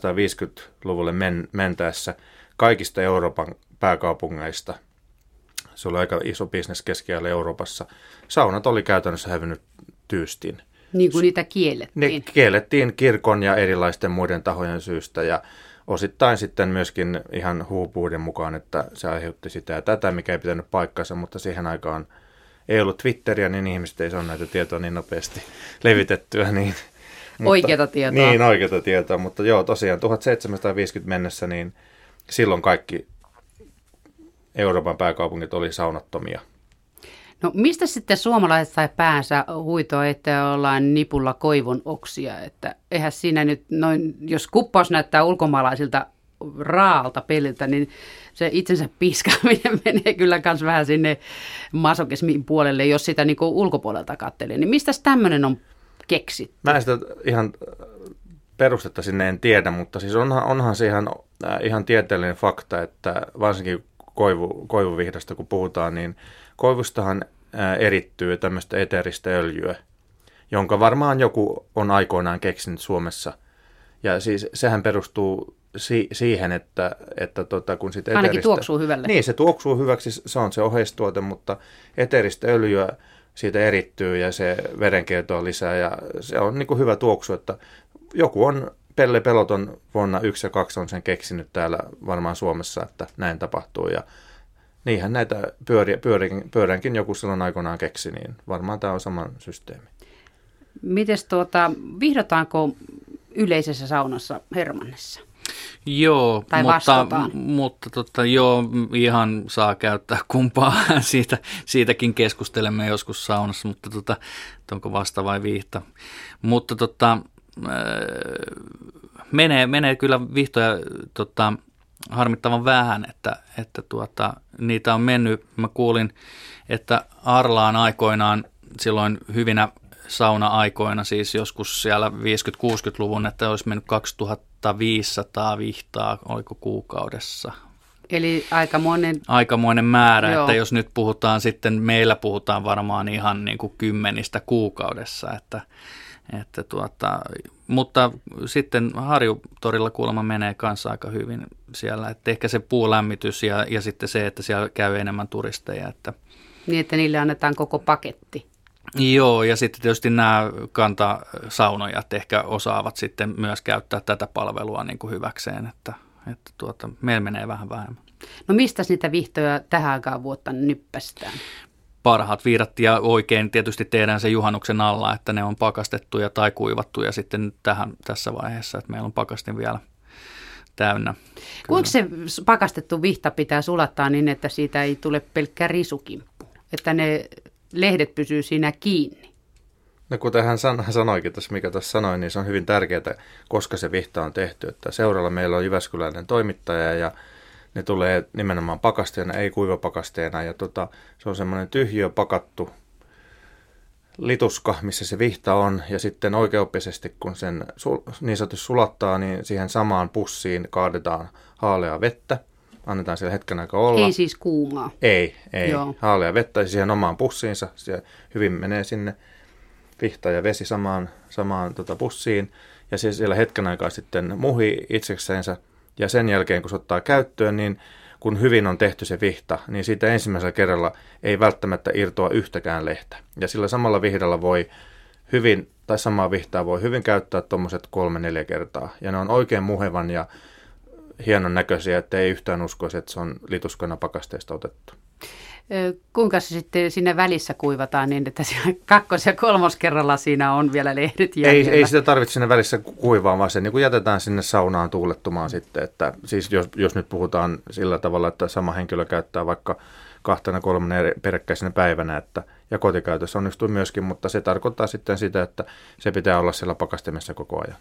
tuhatseitsemänsataaviisikymmentäluvulle men, mentäessä kaikista Euroopan pääkaupungeista Se oli aika iso bisnes keskiajalla Euroopassa. Saunat oli käytännössä hävinnyt tyystin. Niin kuin niitä kiellettiin. Ne kiellettiin kirkon ja erilaisten muiden tahojen syystä ja osittain sitten myöskin ihan huupuuden mukaan, että se aiheutti sitä ja tätä, mikä ei pitänyt paikkansa, mutta siihen aikaan ei ollut Twitteriä, niin ihmiset ei saa näitä tietoa niin nopeasti levitettyä. Niin, mutta, oikeata tietoa. Niin, oikeata tietoa, mutta joo, tosiaan tuhatseitsemänsataaviisikymmentä mennessä, niin silloin kaikki Euroopan pääkaupungit oli saunattomia. No mistä sitten suomalaiset sai päänsä huitoa, että ollaan nipulla koivun oksia, että eihän siinä nyt, noin, jos kuppaus näyttää ulkomaalaisilta raalta peliltä, niin se itsensä piskaaminen menee kyllä myös vähän sinne masokismin puolelle, jos sitä niin kuin ulkopuolelta katselee. Niin mistäs tämmöinen on keksitty? Mä en sitä ihan perustetta sinne en tiedä, mutta siis onhan, onhan se ihan, äh, ihan tieteellinen fakta, että varsinkin koivu, koivuvihdasta kun puhutaan, niin koivustahan äh, erittyy tämmöistä eteeristä öljyä, jonka varmaan joku on aikoinaan keksinyt Suomessa. Ja siis sehän perustuu si- siihen, että, että tota, kun sitten ainakin eteeristä, tuoksuu hyvälle. Niin, se tuoksuu hyväksi, se on se oheistuote, mutta eteeristä öljyä siitä erittyy ja se verenkiertoa lisää ja se on niin kuin hyvä tuoksu, että joku on, Pelle Peloton vuonna yksi ja kaksi on sen keksinyt täällä varmaan Suomessa, että näin tapahtuu ja niinhän näitä pyöriä, pyöränkin, pyöränkin joku silloin aikoinaan keksi, niin varmaan tämä on saman systeemi. Mites tuota, vihdotaanko yleisessä saunassa Hermannessa? Joo, tai mutta, mutta tota, joo, ihan saa käyttää kumpaa. Siitä, siitäkin keskustelemme joskus saunassa, mutta tota, onko vasta vai viihta. Mutta tota, menee, menee kyllä vihtoja tota, harmittavan vähän, että, että tuota, niitä on mennyt. Mä kuulin, että Arlaan aikoinaan silloin hyvinä sauna-aikoina, siis joskus siellä viisikymmentä-kuusikymmentäluvun, että olisi mennyt kaksituhattaviisisataa vihtaa, oliko kuukaudessa. Eli aikamoinen... Aikamoinen määrä, Joo. Että jos nyt puhutaan sitten, meillä puhutaan varmaan ihan niin kuin kymmenistä kuukaudessa, että, että tuota, mutta sitten Harjutorilla kuulemma menee kanssa aika hyvin siellä, että ehkä se puulämmitys ja, ja sitten se, että siellä käy enemmän turisteja. Että Niin, että niille annetaan koko paketti. Joo, ja sitten tietysti nämä kantasaunojat ehkä osaavat sitten myös käyttää tätä palvelua niin kuin hyväkseen, että, että tuota, meillä menee vähän vähemmän. No mistä niitä vihtoja tähän aikaan vuotta nyppästään? Parhaat viirat ja oikein tietysti tehdään se juhannuksen alla, että ne on pakastettuja tai kuivattuja sitten tähän, tässä vaiheessa, että meillä on pakastin vielä täynnä. Kuinka se pakastettu vihta pitää sulattaa niin, että siitä ei tule pelkkä risukimppu, että ne lehdet pysyy siinä kiinni? No kuten hän sanoikin tuossa, mikä tuossa sanoi, niin se on hyvin tärkeää, koska se vihta on tehty. Että seuralla meillä on jyväskyläinen toimittaja ja ne tulee nimenomaan pakasteena, ei kuivapakasteena. Ja tota, se on semmoinen tyhjiö pakattu lituska, missä se vihta on. Ja sitten oikeoppisesti, kun sen niin sanotusti sulattaa, niin siihen samaan pussiin kaadetaan haaleaa vettä. Annetaan siellä hetken aikaa olla. Ei siis kuumaa. Ei, ei. Joo. Haaleaa vettä siihen omaan pussiinsa. Se hyvin menee sinne vihta ja vesi samaan, samaan tota pussiin. Ja se siellä hetken aikaa sitten muhii itseksensä. Ja sen jälkeen, kun se ottaa käyttöön, niin kun hyvin on tehty se vihta, niin siitä ensimmäisellä kerralla ei välttämättä irtoa yhtäkään lehtä. Ja sillä samalla vihdalla voi hyvin, tai samaa vihtaa voi hyvin käyttää tuommoiset kolme neljä kertaa. Ja ne on oikein muhevan ja hienon näköisiä, että ei yhtään uskoisi, että se on lituskana pakasteesta otettu. Kuinka se sitten siinä välissä kuivataan niin, että siellä kakkos- ja kolmoskerralla siinä on vielä lehdet jäljellä? Ei, ei sitä tarvitse siinä välissä kuivaa, vaan se niin kuin jätetään sinne saunaan tuulettumaan sitten. Että, siis jos, jos nyt puhutaan sillä tavalla, että sama henkilö käyttää vaikka kahtena kolmena peräkkäisenä päivänä, että, ja kotikäytössä onnistuu myöskin, mutta se tarkoittaa sitten sitä, että se pitää olla siellä pakastimessa koko ajan.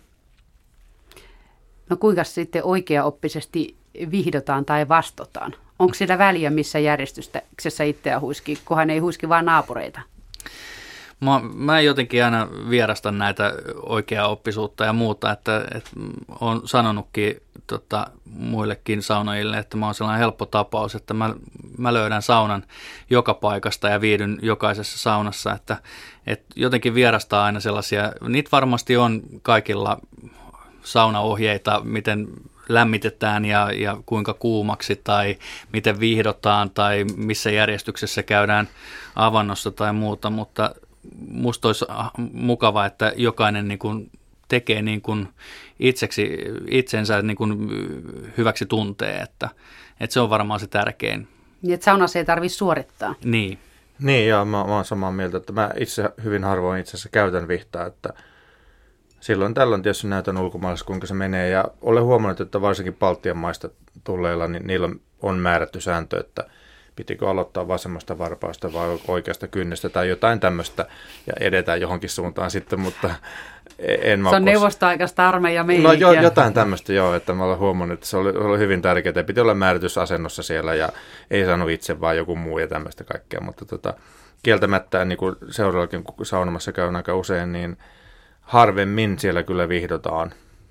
No kuinka sitten oikeaoppisesti vihdotaan tai vastotaan? Onko siellä väliä, missä järjestyksessä itseä huiskii, kunhan ei huiski vaan naapureita? Mä, mä jotenkin aina vierastan näitä oikeaoppisuutta ja muuta, että, että olen sanonutkin tota, muillekin saunajille, että mä oon sellainen helppo tapaus, että mä, mä löydän saunan joka paikasta ja viihdyn jokaisessa saunassa, että, että jotenkin vierastaa aina sellaisia, niitä varmasti on kaikilla saunaohjeita, miten lämmitetään ja, ja kuinka kuumaksi tai miten viihdotaan tai missä järjestyksessä käydään avannossa tai muuta, mutta musta olisi mukava, että jokainen niin kuin tekee niin kuin itseksi, itsensä niin kuin hyväksi tuntee, että, että se on varmaan se tärkein. Niin, että saunassa ei tarvitse suorittaa. Niin. Niin, joo, mä, mä oon samaa mieltä, että mä itse hyvin harvoin itse asiassa käytän vihtaa, että silloin tällöin tietysti näytän ulkomaalaisessa, kuinka se menee, ja olen huomannut, että varsinkin Baltian maista tulleilla, niin niillä on määrätty sääntö, että pitikö aloittaa vasemmasta varpaasta vai oikeasta kynnestä tai jotain tämmöistä, ja edetään johonkin suuntaan sitten, mutta en mä Se on kos... neuvostoaikaista armeija meininkiä. No jo, jotain tämmöistä joo, että mä olen huomannut, että se oli, oli hyvin tärkeää, piti olla määritysasennossa siellä, ja ei saanut itse, vaan joku muu ja tämmöistä kaikkea, mutta tota, kieltämättä niin kuin seuraavallakin, kun saunomassa käyn aika usein, niin harvemmin siellä kyllä vihdotaan.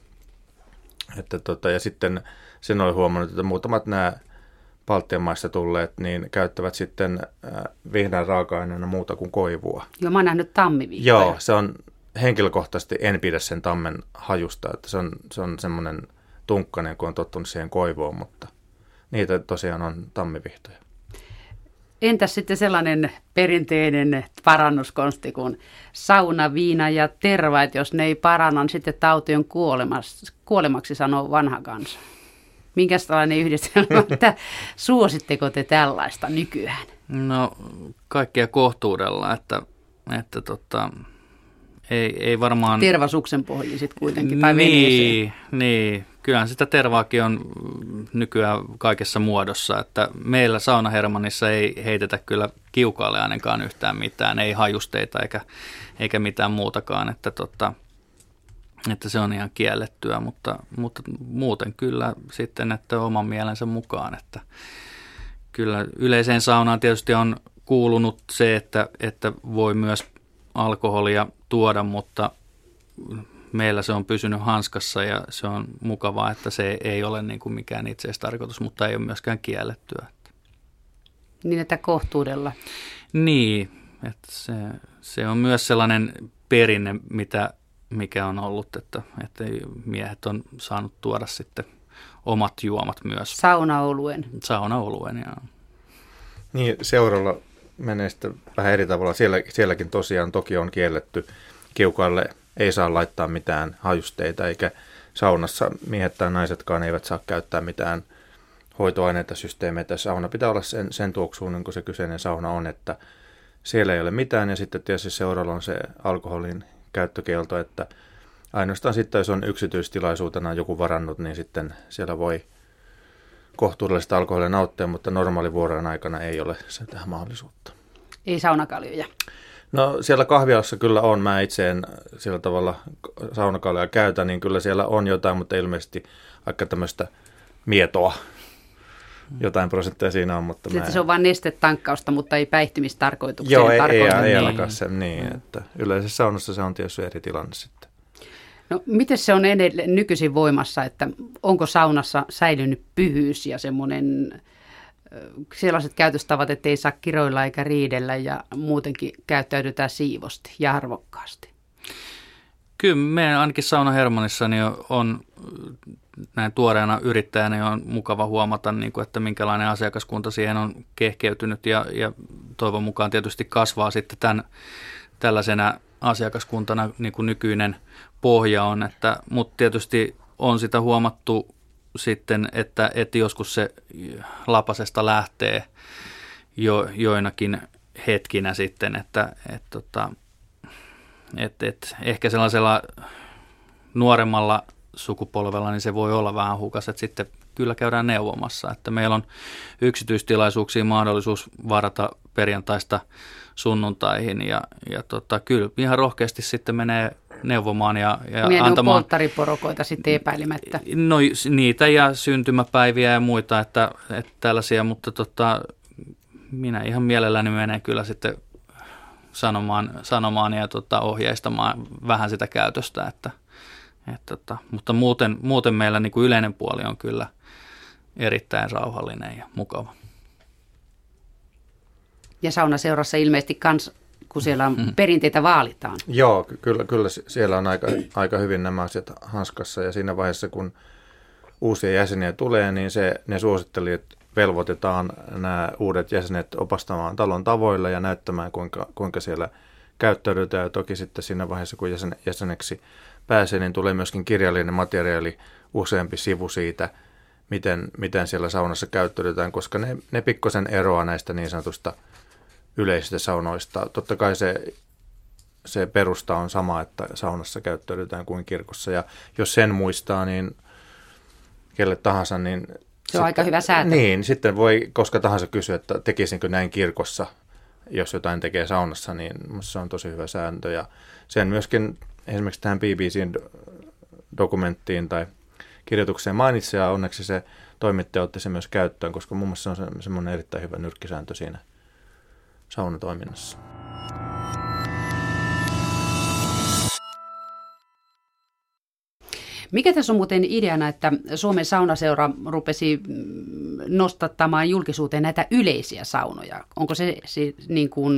Että tota, ja sitten sen olen huomannut, että muutamat nämä Baltian maista tulleet, niin käyttävät sitten äh, vihdan raaka-aineena muuta kuin koivua. Joo, mä oon nähnyt tammivihtoja. Joo, se on henkilökohtaisesti, en pidä sen tammen hajusta, että se on, se on semmoinen tunkkainen, kun on tottunut siihen koivuun, mutta niitä tosiaan on tammivihtoja. Entäs sitten sellainen perinteinen parannuskonsti kuin sauna, viina ja terva, että jos ne ei paranna, niin sitten tauti on kuolemaksi, kuolemaksi sanoo vanha kansa. Minkäs tällainen yhdistelmä, että suositteko te tällaista nykyään? No kaikkea kohtuudella, että, että tota, ei, ei varmaan... Tervasuksen pohjiin sitten kuitenkin, tai niin, niin, kyllähän sitä tervaakin on nykyään kaikessa muodossa, että meillä Saunahermannissa ei heitetä kyllä kiukaalle ainakaan yhtään mitään, ei hajusteita eikä, eikä mitään muutakaan, että, tota, että se on ihan kiellettyä, mutta, mutta muuten kyllä sitten, että oman mielensä mukaan, että kyllä yleiseen saunaan tietysti on kuulunut se, että, että voi myös alkoholia tuoda, mutta meillä se on pysynyt hanskassa ja se on mukavaa, että se ei ole niin kuin mikään itseistarkoitus, mutta ei ole myöskään kiellettyä. Niin, että kohtuudella. Niin, että se, se on myös sellainen perinne, mitä, mikä on ollut, että, että miehet on saanut tuoda sitten omat juomat myös. Saunaoluen. Saunaoluen, joo. Niin, seuralla menee sitten vähän eri tavalla. Siellä, sielläkin tosiaan toki on kielletty. Kiukaalle ei saa laittaa mitään hajusteita, eikä saunassa miehet tai naisetkaan eivät saa käyttää mitään hoitoaineita, systeemeitä. Sauna pitää olla sen, sen tuoksuun, kuin se kyseinen sauna on, että siellä ei ole mitään. Ja sitten tietysti seuralla on se alkoholin käyttökielto, että ainoastaan sitten, jos on yksityistilaisuutena joku varannut, niin sitten siellä voi kohtuudellista alkoholia nauttia, mutta normaalivuorojen aikana ei ole se tähän mahdollisuutta. Ei saunakaljoja. No siellä kahvilassa kyllä on, mä itse en sillä tavalla saunakaljoja käytä, niin kyllä siellä on jotain, mutta ilmeisesti aika tämmöistä mietoa. Jotain prosentteja siinä on, mutta Sitten mä en... se on vain nestetankkausta, mutta ei päihtymistarkoitukseen. Joo, ei, ei, ei niin. alkaa se niin, että yleisessä saunassa se on tietysti eri tilanne sitten. No, miten se on edelleen nykyisin voimassa, että onko saunassa säilynyt pyhyys ja semmoinen sellaiset käytöstavat, että ei saa kiroilla eikä riidellä ja muutenkin käyttäydytään siivosti ja arvokkaasti? Kyllä meidän ainakin Saunahermannissa niin on näin tuoreena yrittäjänä niin on mukava huomata, niin kuin, että minkälainen asiakaskunta siihen on kehkeytynyt ja, ja toivon mukaan tietysti kasvaa sitten tämän, tällaisena asiakaskuntana niin kuin nykyinen pohja on, että, mutta tietysti on sitä huomattu sitten, että, että joskus se lapasesta lähtee jo, joinakin hetkinä sitten, että, että, että, että, että ehkä sellaisella nuoremmalla sukupolvella niin se voi olla vähän hukas, että sitten kyllä käydään neuvomassa, että meillä on yksityistilaisuuksiin mahdollisuus varata perjantaista sunnuntaihin ja, ja tota, kyllä ihan rohkeasti sitten menee neuvomaan ja, ja Meidän antamaan... on polttariporokoita sitten epäilemättä. No niitä ja syntymäpäiviä ja muita, että, että tällaisia, mutta tota, minä ihan mielelläni menen kyllä sitten sanomaan, sanomaan ja tota, ohjeistamaan vähän sitä käytöstä, että, että, tota, mutta muuten, muuten meillä niin kuin yleinen puoli on kyllä erittäin rauhallinen ja mukava. Ja saunaseurassa ilmeisesti kans, kun siellä on perinteitä vaalitaan. Joo, ky- kyllä, kyllä siellä on aika, aika hyvin nämä asiat hanskassa ja siinä vaiheessa, kun uusia jäseniä tulee, niin se, ne suositteli, että velvoitetaan nämä uudet jäsenet opastamaan talon tavoilla ja näyttämään, kuinka, kuinka siellä käyttäydytään. Ja toki sitten siinä vaiheessa, kun jäsen, jäseneksi pääsee, niin tulee myöskin kirjallinen materiaali, useampi sivu siitä, miten, miten siellä saunassa käyttäydytään, koska ne, ne pikkusen eroaa näistä niin sanotusta yleisistä saunoista. Totta kai se, se perusta on sama, että saunassa käyttäydytään kuin kirkossa. Ja jos sen muistaa, niin kelle tahansa, niin se on sitten, aika hyvä säätö. Niin, sitten voi koska tahansa kysyä, että tekisinkö näin kirkossa, jos jotain tekee saunassa, niin se on tosi hyvä sääntö. Ja sen myöskin esimerkiksi tähän B B C:n dokumenttiin tai kirjoitukseen mainitsi, ja onneksi se toimittaja otti se myös käyttöön, koska mun mielestä se on semmoinen erittäin hyvä nyrkkisääntö siinä saunatoiminnassa. Mikä tässä on muuten ideana, että Suomen saunaseura rupesi nostattamaan julkisuuteen näitä yleisiä saunoja? Onko se, se niin kuin,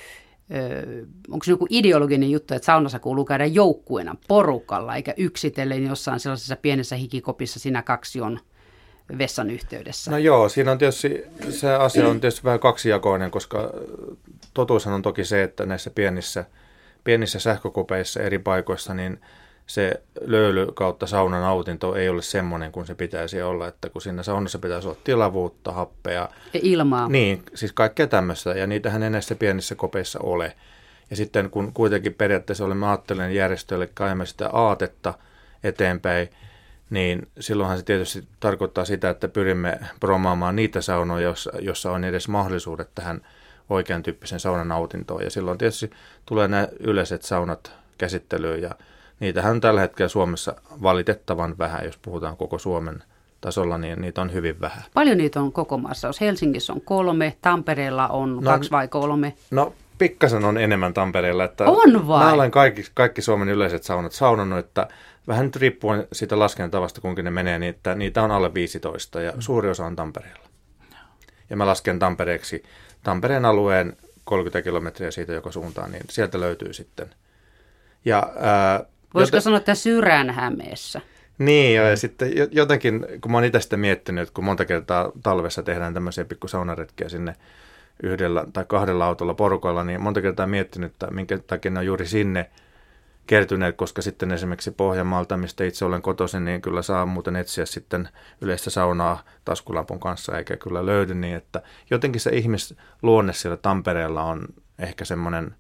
ö, onko se joku ideologinen juttu, että saunassa kuuluu käydä joukkueena, porukalla, eikä yksitellen jossain sellaisessa pienessä hikikopissa siinä kaksion vessan yhteydessä? No joo, siinä on tietysti, se asia on tietysti vähän kaksijakoinen, koska totuushan on toki se, että näissä pienissä, pienissä sähkökopeissa eri paikoissa, niin se löyly kautta saunan nautinto ei ole semmoinen kuin se pitäisi olla, että kun siinä saunassa pitäisi olla tilavuutta, happea. Ja ilmaa. Niin, siis kaikkea tämmöistä, ja niitähän ei näissä pienissä kopeissa ole. Ja sitten kun kuitenkin periaatteessa olemme ajattelen järjestöille kaimme sitä aatetta eteenpäin, niin silloinhan se tietysti tarkoittaa sitä, että pyrimme promaamaan niitä saunoja, jossa, jossa on edes mahdollisuudet tähän oikean tyyppisen saunan nautintoon. Ja silloin tietysti tulee nämä yleiset saunat käsittelyyn, ja niitähän on tällä hetkellä Suomessa valitettavan vähän, jos puhutaan koko Suomen tasolla, niin niitä on hyvin vähän. Paljon niitä on koko maassa. Jos Helsingissä on kolme, Tampereella on no, kaksi vai kolme? No pikkasen on enemmän Tampereella. Että on vai? Mä olen kaikki, kaikki Suomen yleiset saunat saunannut, että vähän nyt riippuen siitä laskentatavasta, kuinka ne menee, niin että niitä on alle viisitoista ja mm. suuri osa on Tampereella. Ja mä lasken Tampereeksi Tampereen alueen kolmekymmentä kilometriä siitä joka suuntaan, niin sieltä löytyy sitten. Ja ää, voisiko Jot... sanoa, että Sydänhämeessä? Niin, joo, ja sitten jotenkin, kun mä oon itse sitä miettinyt, kun monta kertaa talvessa tehdään tämmöisiä pikku saunaretkiä sinne yhdellä tai kahdella autolla porukalla, niin monta kertaa miettinyt, että minkä takia ne on juuri sinne kertyneet, koska sitten esimerkiksi Pohjanmaalta, mistä itse olen kotoisin, niin kyllä saa muuten etsiä sitten yleistä saunaa taskulampun kanssa, eikä kyllä löydy niin, että jotenkin se ihmisluonne siellä Tampereella on ehkä semmoinen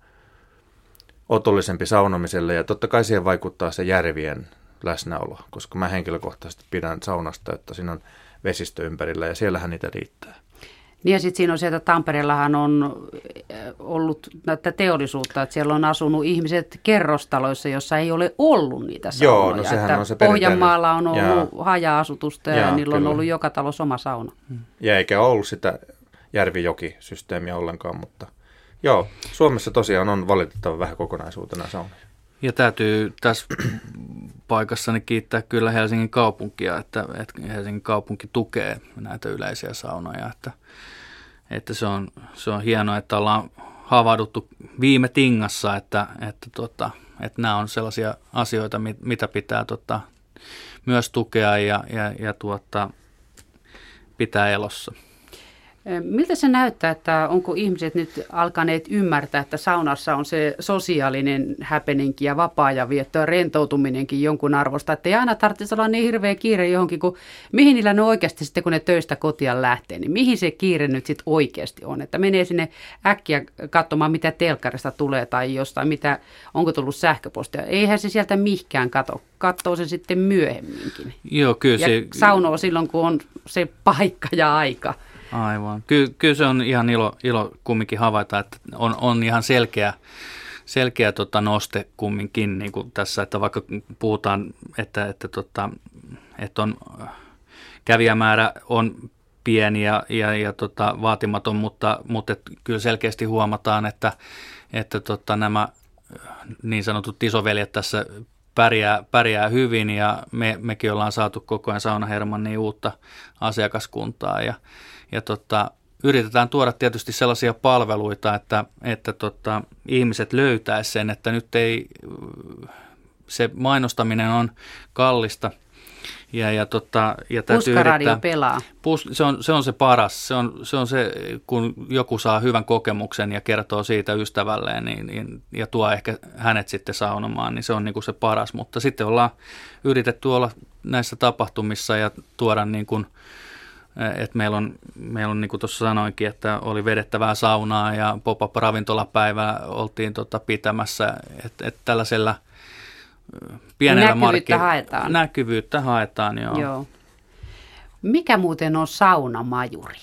otollisempi saunomiselle, ja totta kai siihen vaikuttaa se järvien läsnäolo, koska mä henkilökohtaisesti pidän saunasta, että siinä on vesistö ympärillä, ja siellähän niitä riittää. Niin ja sitten siinä on sieltä, Tampereellahan on ollut näitä teollisuutta, että siellä on asunut ihmiset kerrostaloissa, jossa ei ole ollut niitä saunoja. Joo, no sehän että on se Pohjanmaalla on ollut ja haja-asutusta ja, ja niillä kyllä on ollut joka talossa oma sauna. Ja eikä ollut sitä järvi-joki-systeemiä ollenkaan, mutta joo, Suomessa tosiaan on valitettavan vähän kokonaisuutena saunoja. Ja täytyy tässä paikassani kiittää kyllä Helsingin kaupunkia, että, että Helsingin kaupunki tukee näitä yleisiä saunoja. Että, että se, on, se on hienoa, että ollaan havahduttu viime tingassa, että, että, tota, että nämä on sellaisia asioita, mitä pitää tota, myös tukea ja, ja, ja tuota, pitää elossa. Miltä se näyttää, että onko ihmiset nyt alkaneet ymmärtää, että saunassa on se sosiaalinen häpeninki ja vapaa-ajan vietto ja rentoutuminenkin jonkun arvosta, että ei aina tarvitsisi olla niin hirveä kiire johonkin, kun mihin niillä ne oikeasti sitten, kun ne töistä kotia lähtee, niin mihin se kiire nyt sitten oikeasti on, että menee sinne äkkiä katsomaan, mitä telkkarista tulee tai jostain, mitä, onko tullut sähköpostia. Eihän se sieltä mihkään katso, katsoo se sitten myöhemminkin. Joo, kyllä ja se saunoo silloin, kun on se paikka ja aika. Aivan. Ky- kyllä se on ihan ilo, ilo kumminkin havaita, että on, on ihan selkeä, selkeä tota noste kumminkin niin kuin tässä, että vaikka puhutaan, että, että, tota, että on, kävijämäärä on pieni ja, ja, ja tota, vaatimaton, mutta, mutta et kyllä selkeästi huomataan, että, että tota, nämä niin sanotut isoveljet tässä pärjää, pärjää hyvin ja me, mekin ollaan saatu koko ajan Saunaherman niin uutta asiakaskuntaa ja Ja tota, yritetään tuoda tietysti sellaisia palveluita, että, että tota, ihmiset löytäisi sen, että nyt ei, se mainostaminen on kallista Ja, ja, tota, ja täytyy Puskaradio yrittää, pelaa. Pus, se, on, se on se paras. Se on, se on se, kun joku saa hyvän kokemuksen ja kertoo siitä ystävälleen niin, niin, ja tuo ehkä hänet sitten saunomaan, niin se on niin kuin se paras. Mutta sitten ollaan yritetty olla näissä tapahtumissa ja tuoda niin kuin, että meillä on, meillä on niin kuin tuossa sanoinkin, että oli vedettävää saunaa ja pop-up ravintolapäivää oltiin tota pitämässä, että, että tällaisella pienellä näkyvyyttä markki- haetaan. Näkyvyyttä haetaan, joo. joo. Mikä muuten on saunamajuri?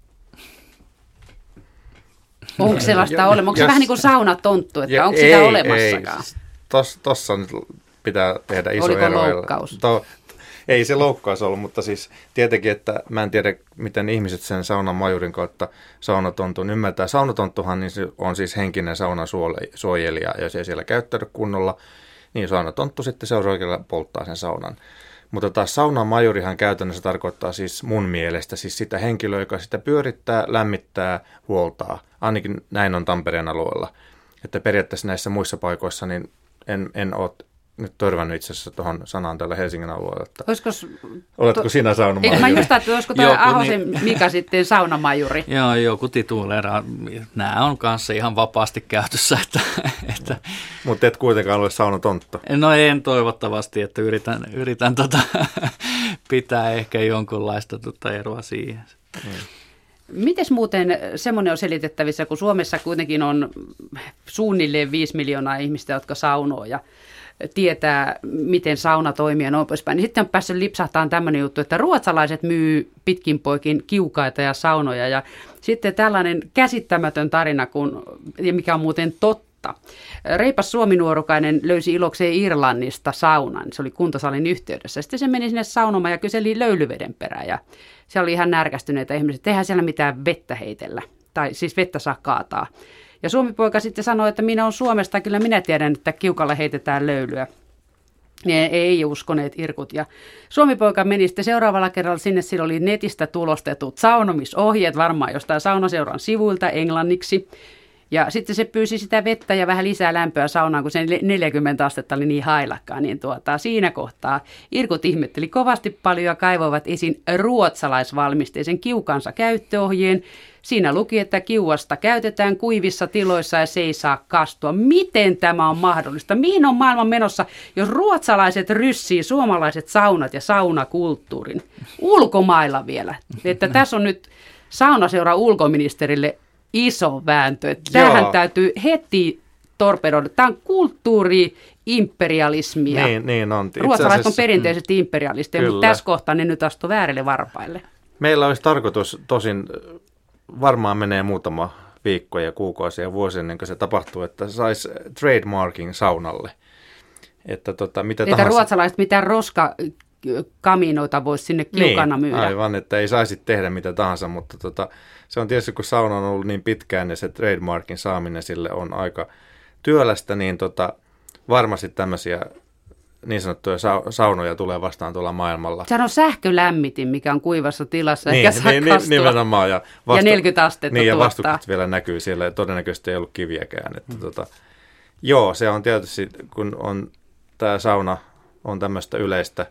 Onko sellaista olemassa? Onko se Jos- vähän niin kuin saunatonttu, että Ja onko sitä ei, olemassakaan? Ei. Tos, tossa nyt pitää tehdä iso Oliko ero. loukkaus? To, ei se loukkaus ollut, mutta siis tietenkin, että mä en tiedä, miten ihmiset sen saunan majurin kautta saunatontun ymmärtää. Saunatonttuhan niin se on siis henkinen saunasuojelija, jos ei siellä käyttäydy kunnolla, niin saunatonttu sitten seuraavalla polttaa sen saunan. Mutta taas saunan majurihan käytännössä tarkoittaa siis mun mielestä siis sitä henkilöä, joka sitä pyörittää, lämmittää, huoltaa. Ainakin näin on Tampereen alueella. Että periaatteessa näissä muissa paikoissa niin en, en ole nyt törmännyt itse asiassa tuohon sanaan tällä Helsingin alueella. Että Olisiko, oletko to, sinä eikö saunamajuri? mä just ajattelin, olisiko toi Joku Ahosen niin- Mika sitten saunamajuri? Joo, joku tituleera. Nämä on kanssa ihan vapaasti käytössä, että, että Mutta et kuitenkaan ole saunatonttu. no en toivottavasti, että yritän, yritän tota, pitää ehkä jonkunlaista tota eroa siihen. Mites muuten semmoinen on selitettävissä, kun Suomessa kuitenkin on suunnilleen viisi miljoonaa ihmistä, jotka saunoo ja tietää, miten sauna toimii ja noin poispäin. Niin sitten on päässyt lipsahtamaan tämmöinen juttu, että ruotsalaiset myy pitkin poikin kiukaita ja saunoja. Ja sitten tällainen käsittämätön tarina, kun, ja mikä on muuten totta. Reipas suominuorukainen löysi ilokseen Irlannista saunan. Se oli kuntosalin yhteydessä. Sitten se meni sinne saunomaan ja kyseli löylyveden perään. Ja siellä oli ihan närkästyneitä ihmisiä, että eihän siellä mitään vettä heitellä. Tai siis vettä saa kaataa. Ja Suomi-poika sitten sanoi, että minä olen Suomesta, kyllä minä tiedän, että kiukalle heitetään löylyä. Ne ei uskoneet irkut. Ja Suomi-poika meni sitten seuraavalla kerralla sinne, sillä oli netistä tulostetut saunomisohjeet, varmaan jostain saunaseuran sivuilta englanniksi. Ja sitten se pyysi sitä vettä ja vähän lisää lämpöä saunaan, kun se neljäkymmentä astetta oli niin hailakkaan. Niin tuota, siinä kohtaa irkut ihmetteli kovasti paljon ja kaivoivat esiin ruotsalaisvalmisteisen kiukansa käyttöohjeen. Siinä luki, että kiuasta käytetään kuivissa tiloissa ja se ei saa kastua. Miten tämä on mahdollista? Mihin on maailman menossa, jos ruotsalaiset ryssii suomalaiset saunat ja saunakulttuurin? Ulkomailla vielä. Että tässä on nyt saunaseura ulkoministerille iso vääntö. Tähän Joo. täytyy heti torpedoida. Tämä on kulttuuri-imperialismia. Niin, niin on. Itse Ruotsalaiset on asiassa- perinteisesti imperialisteja, mutta Kyllä. tässä kohtaa ne nyt astu väärille varpaille. Meillä olisi tarkoitus, tosin varmaan menee muutama viikko ja kuukausi ja vuosi ennen kuin se tapahtuu, että saisi trademarking saunalle. Että tota, mitä Että tahansa. ruotsalaiset mitään roskakaminoita voisi sinne kiukana niin, myydä. aivan, että ei saisi tehdä mitä tahansa, mutta tota, se on tietysti, kun sauna on ollut niin pitkään ja se trademarkin saaminen sille on aika työlästä, niin tota, varmasti tämmöisiä niin sanottuja sa- saunoja tulee vastaan tuolla maailmalla. Sehän on sähkölämmitin, mikä on kuivassa tilassa Niin, eikä saa niin, kastua. nimenomaan. Ja, Ja neljäkymmentä astetta niin, ja tuottaa. vastukset vielä näkyy siellä ja todennäköisesti ei ollut kiviäkään. Että, mm. tota, joo, se on tietysti, kun on tämä sauna on tämmöistä yleistä,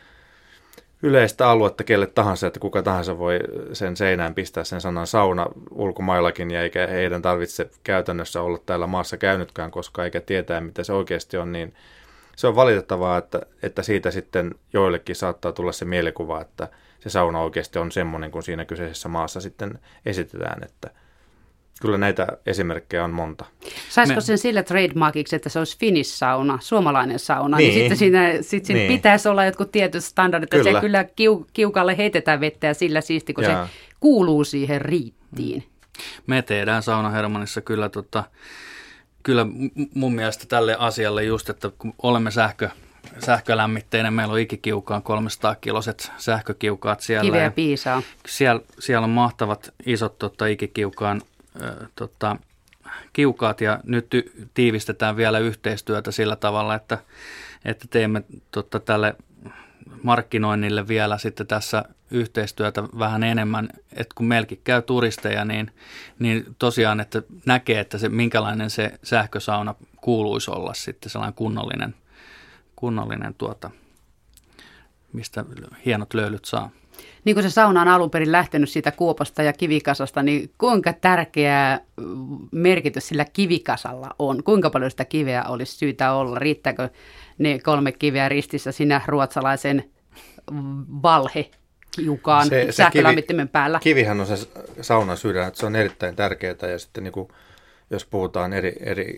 yleistä aluetta kelle tahansa, että kuka tahansa voi sen seinään pistää sen sanan sauna ulkomaillakin, ja eikä heidän tarvitse käytännössä olla täällä maassa käynytkään koskaan, eikä tietää, mitä se oikeasti on, niin se on valitettavaa, että, että siitä sitten joillekin saattaa tulla se mielikuva, että se sauna oikeasti on semmoinen, kun siinä kyseisessä maassa sitten esitetään, että kyllä näitä esimerkkejä on monta. Saisiko Me- sen sillä trademarkiksi, että se olisi Finnish-sauna, suomalainen sauna, niin, Niin. niin sitten siinä, sit siinä Niin. pitäisi olla jotkut tietyt standardit, että Kyllä. se kyllä kiu, kiukalle heitetään vettä ja sillä siisti, kun Jaa. se kuuluu siihen riittiin. Me tehdään Sauna Hermannissa kyllä, tota, kyllä m- mun mielestä tälle asialle just, että kun olemme sähkö, sähkölämmitteinen, meillä on ikikiukaan kolmesataa kiloset sähkökiukaat siellä. Kiveä ja piisaa. Siellä, siellä on mahtavat isot tota, ikikiukaan ö, tota, kiukaat ja nyt ty- tiivistetään vielä yhteistyötä sillä tavalla, että, että teemme tota, tälle markkinoinnille vielä sitten tässä yhteistyötä vähän enemmän, että kun meilläkin käy turisteja, niin, niin tosiaan, että näkee, että se, minkälainen se sähkösauna kuuluisi olla sitten sellainen kunnollinen, kunnollinen tuota, mistä hienot löylyt saa. Niin kuin se sauna on alun perin lähtenyt siitä kuopasta ja kivikasasta, niin kuinka tärkeä merkitys sillä kivikasalla on? Kuinka paljon sitä kiveä olisi syytä olla? Riittääkö ne kolme kiveä ristissä sinä ruotsalaisen valhekiukaan sähkölämmittimen päällä? Kivihän on se saunan sydän, että se on erittäin tärkeää ja sitten niin kuin, jos puhutaan eri, eri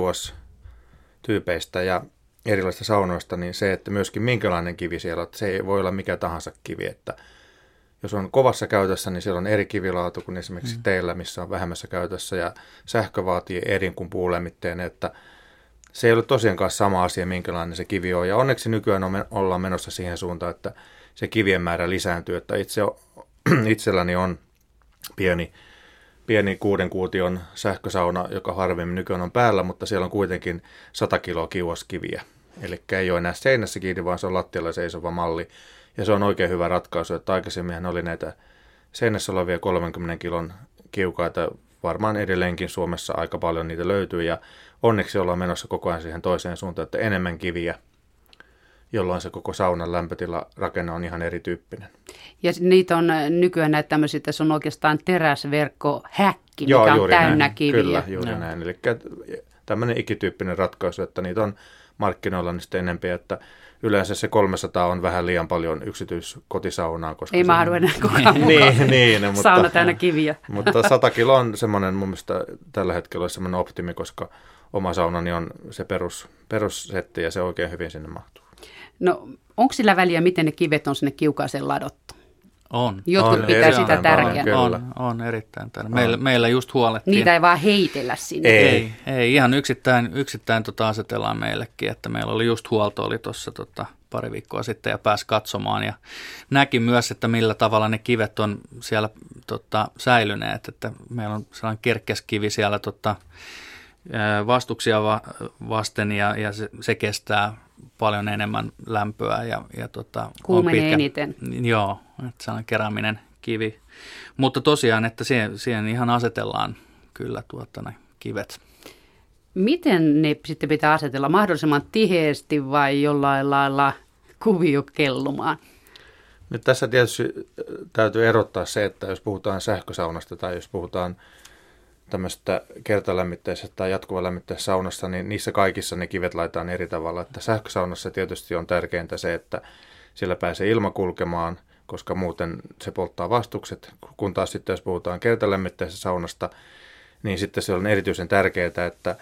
kiuastyypeistä ja erilaisista saunoista, niin se, että myöskin minkälainen kivi siellä on, että se ei voi olla mikä tahansa kivi, että jos on kovassa käytössä, niin siellä on eri kivilaatu kuin esimerkiksi mm. teillä, missä on vähemmässä käytössä ja sähkö vaatii eri kuin puulämmitteinen, että se ei ole tosiaankaan sama asia, minkälainen se kivi on. Ja onneksi nykyään on, ollaan menossa siihen suuntaan, että se kivien määrä lisääntyy, että itse, itselläni on pieni, pieni kuuden kuution sähkösauna, joka harvemmin nykyään on päällä, mutta siellä on kuitenkin sata kiloa kiuaskiviä. Eli ei ole enää seinässä kiinni, vaan se on lattialla seisova malli. Ja se on oikein hyvä ratkaisu, että aikaisemminhan oli näitä seinässä olevia kolmenkymmenen kilon kiukaita, varmaan edelleenkin Suomessa aika paljon niitä löytyy, ja onneksi ollaan menossa koko ajan siihen toiseen suuntaan, että enemmän kiviä, jolloin se koko saunan lämpötila rakenne on ihan erityyppinen. Ja niitä on nykyään näitä tämmöisiä, että se on oikeastaan teräsverkkohäkki, Joo, mikä on täynnä näin. kiviä. Kyllä, juuri no. näin. Eli tämmöinen ikityyppinen ratkaisu, että niitä on markkinoilla niin sitten enempi, että yleensä se kolmesataa on vähän liian paljon yksityiskotisaunaa. Koska ei mahdu enää kukaan niin, niin, mutta, sauna täynnä kiviä. Mutta sata kiloa on semmoinen, mun mielestä tällä hetkellä on semmoinen optimi, koska oma saunani on se perus, perussetti ja se oikein hyvin sinne mahtuu. No onko sillä väliä, miten ne kivet on sinne kiukaaseen ladottu? On. Jotkut on, pitää sitä tärkeänä. On, on erittäin tärkeää. Meillä, meillä just huolettiin. Niitä ei vaan heitellä sinne. Ei, ei, ei ihan yksittäin, yksittäin tota asetellaan meillekin, että meillä oli just huolto oli tuossa tota, pari viikkoa sitten ja pääsi katsomaan ja näki myös, että millä tavalla ne kivet on siellä tota, säilyneet, että meillä on sellainen kerkkeskivi siellä tota, vastuksia va- vasten ja, ja se, se kestää paljon enemmän lämpöä ja, ja tota, kuumenee pitkä, eniten. Joo, että sellainen kerääminen kivi. Mutta tosiaan, että siihen, siihen ihan asetellaan kyllä tuota, ne kivet. Miten ne sitten pitää asetella? Mahdollisimman tiheesti vai jollain lailla kuviokellumaan? Nyt tässä tietysti täytyy erottaa se, että jos puhutaan sähkösaunasta tai jos puhutaan tämmöistä kertalämmitteisestä tai jatkuvalämmitteisestä saunasta, niin niissä kaikissa ne kivet laitetaan eri tavalla. Että sähkösaunassa tietysti on tärkeintä se, että siellä pääsee ilma kulkemaan, koska muuten se polttaa vastukset. Kun taas sitten jos puhutaan kertalämmitteisestä saunasta, niin sitten se on erityisen tärkeää, että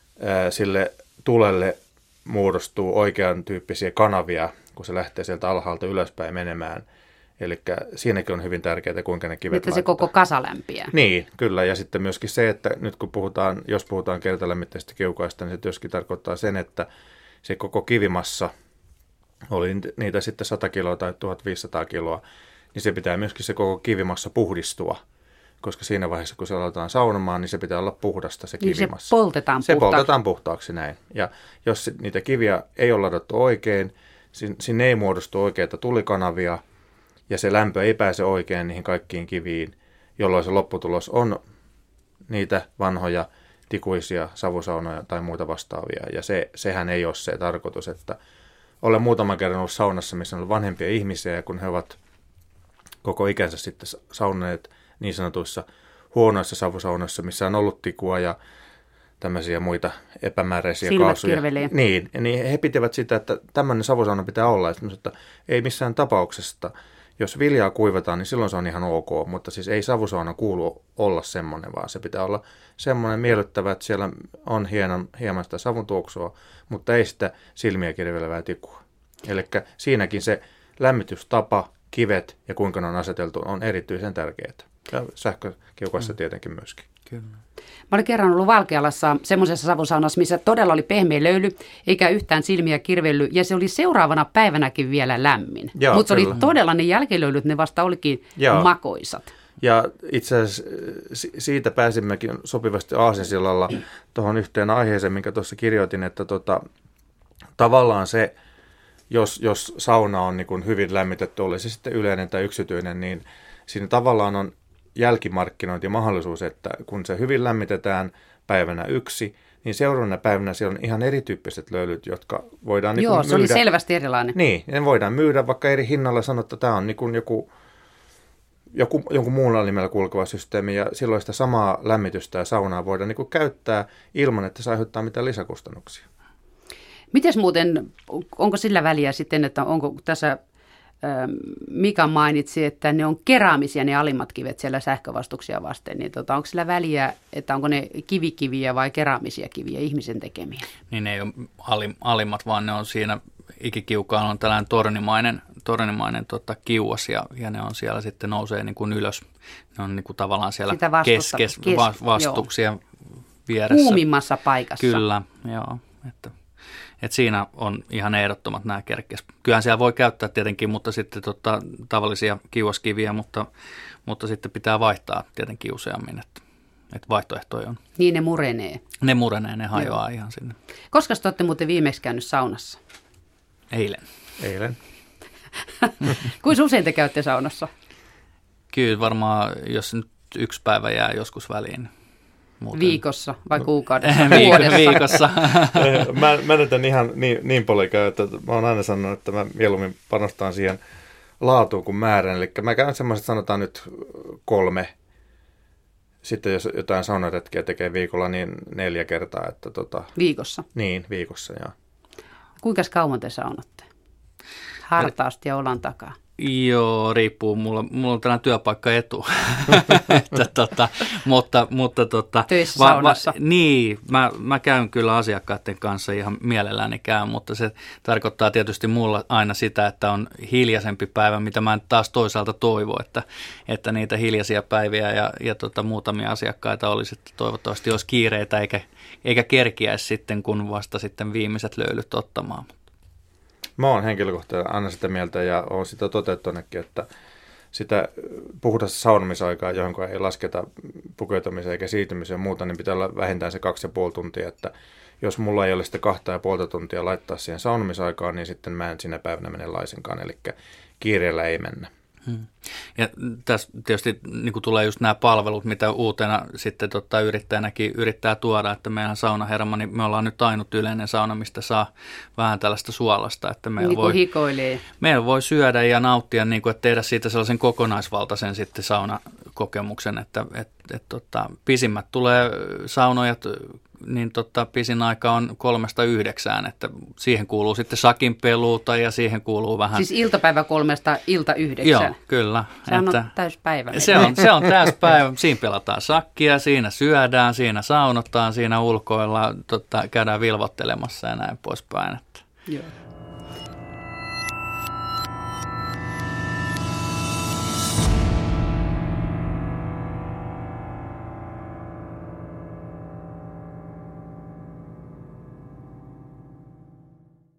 sille tulelle muodostuu oikean tyyppisiä kanavia, kun se lähtee sieltä alhaalta ylöspäin menemään. Eli siinäkin on hyvin tärkeää, kuinka ne kivet että se koko kasa lämpiää. Niin, kyllä. Ja sitten myöskin se, että nyt kun puhutaan, jos puhutaan kertalämmitteistä kiukaista, niin se myöskin tarkoittaa sen, että se koko kivimassa, oli niitä sitten sata kiloa tai tuhatviisisataa kiloa, niin se pitää myöskin se koko kivimassa puhdistua. Koska siinä vaiheessa, kun se aletaan saunomaan, niin se pitää olla puhdasta se niin kivimassa. Se poltetaan se puhtaaksi. poltetaan puhtaaksi näin. Ja jos niitä kiviä ei ole ladattu oikein, sinne ei muodostu oikeita tulikanavia, ja se lämpö ei pääse oikein niihin kaikkiin kiviin, jolloin se lopputulos on niitä vanhoja tikuisia savusaunoja tai muita vastaavia. Ja se, sehän ei ole se tarkoitus, että olen muutaman kerran ollut saunassa, missä on ollut vanhempia ihmisiä, ja kun he ovat koko ikänsä sitten sauneet niin sanotuissa huonoissa savusaunoissa, missä on ollut tikua ja tämmöisiä muita epämääräisiä silmät kaasuja. kirvelee. Niin, niin he pitivät sitä, että tämmöinen savusauna pitää olla. Ja että ei missään tapauksesta. Jos viljaa kuivataan, niin silloin se on ihan ok, mutta siis ei savusauna kuulu olla semmoinen, vaan se pitää olla semmoinen miellyttävä, että siellä on hienon, hieman sitä savun tuoksua, mutta ei sitä silmiä kirvelevää tikua. Eli siinäkin se lämmitystapa, kivet ja kuinka ne on aseteltu on erityisen tärkeää. Ja sähkökiukassa tietenkin myöskin. Kyllä. Mä olin kerran ollut Valkealassa semmoisessa savusaunassa, missä todella oli pehmeä löyly, eikä yhtään silmiä kirvelly, ja se oli seuraavana päivänäkin vielä lämmin. Mutta se oli todella ne jälkilöylyt, ne vasta olikin Joo. makoisat. Ja itse asiassa siitä pääsimmekin sopivasti aasinsillalla tuohon yhteen aiheeseen, minkä tuossa kirjoitin, että tota, tavallaan se, jos, jos sauna on niin kuin hyvin lämmitetty, oli se sitten yleinen tai yksityinen, niin siinä tavallaan on jälkimarkkinointimahdollisuus, että kun se hyvin lämmitetään, päivänä yksi, niin seuraavana päivänä siellä on ihan erityyppiset löylyt, jotka voidaan Joo, niin se myydä. oli selvästi erilainen. Niin, ne voidaan myydä vaikka eri hinnalla, sanoa, että tämä on niin kuin joku, joku, jonkun muun nimellä kulkeva systeemi, ja silloin sitä samaa lämmitystä ja saunaa voidaan niin kuin käyttää ilman, että se aiheuttaa mitään lisäkustannuksia. Mites muuten, onko sillä väliä sitten, että onko tässä, Mika mainitsi, että ne on keraamisia ne alimmat kivet siellä sähkövastuksia vasten, niin tota, onko sillä väliä, että onko ne kivikiviä vai keraamisia kiviä, ihmisen tekemiä? Niin ne ei ole alim, alimmat, vaan ne on siinä, ikikiukaan on tällainen tornimainen, tornimainen tota, kiuas ja, ja ne on siellä sitten nousee niin kuin ylös. Ne on niin kuin tavallaan siellä kes, kes, kes, vastuksia vieressä. Kuumimmassa paikassa. Kyllä, joo, että Et siinä on ihan ehdottomat nämä kerkkes. Kyllähän siellä voi käyttää tietenkin, mutta sitten tota, tavallisia kiuaskiviä, mutta, mutta sitten pitää vaihtaa tietenkin useammin, että, että vaihtoehtoja on. Niin ne murenee. Ne murenee, ne hajoaa Joo. ihan sinne. Koska te olette muuten viimeksi käynyt saunassa? Eilen. Eilen. Kuinka usein te käytte saunassa? Kyllä varmaan, jos nyt yksi päivä jää joskus väliin. Muuten. Viikossa vai kuukaudessa? Viikossa. Viikossa. mä, mä nyt en ihan niin, niin paljon käy, että mä oon aina sanonut, että mä mieluummin panostan siihen laatuun kuin määrän. Eli mä käyn semmoiset, sanotaan nyt kolme. Sitten jos jotain saunaretkiä tekee viikolla, niin neljä kertaa. Että tota, viikossa? Niin, viikossa, joo. Kuinka kauan te saunotte? Hartaasti ja olan takaa. Joo, riippuu. Mulla, mulla on tällainen työpaikkaetu. että, tota, mutta, mutta, tota, töissä va, saunassa. Va, niin, mä, mä käyn kyllä asiakkaiden kanssa ihan mielelläni käyn, mutta se tarkoittaa tietysti mulla aina sitä, että on hiljaisempi päivä, mitä mä taas toisaalta toivon, että, että niitä hiljaisia päiviä ja, ja tota, muutamia asiakkaita olisi, että toivottavasti olisi kiireitä eikä, eikä kerkiäisi sitten, kun vasta sitten viimeiset löylyt ottamaan. Mä oon henkilökohtaisesti aina sitä mieltä ja oon sitä toteuttanutkin, että sitä puhdasta saunomisaikaa, johon ei lasketa pukeutumiseen eikä siirtymiseen ja muuta, niin pitää olla vähintään se kaksi ja puoli tuntia, että jos mulla ei ole sitä kahta ja puolta tuntia laittaa siihen saunomisaikaan, niin sitten mä en sinä päivänä mene laisinkaan, eli kiireellä ei mennä. Hmm. Ja tässä tietysti niin kuin tulee just nämä palvelut, mitä uutena sitten tota, yrittäjänäkin yrittää tuoda, että meidän saunaherma, niin me ollaan nyt ainut yleinen sauna, mistä saa vähän tällaista suolasta. Että meillä, niin voi, hikoilee. meillä voi syödä ja nauttia, niin kuin, että tehdä siitä sellaisen kokonaisvaltaisen sitten saunakokemuksen, että et, et, tota, pisimmät tulee saunojat, niin tota, pisin aika on kolmesta yhdeksään, että siihen kuuluu sitten sakinpeluuta ja siihen kuuluu vähän... Siis iltapäivä kolmesta ilta yhdeksän. Joo, kyllä. Sehän että, on täyspäivä. Se on, se on täyspäivä. Siinä pelataan sakkia, siinä syödään, siinä saunotaan, siinä ulkoilla, tota, käydään vilvottelemassa ja näin poispäin. Että. Joo.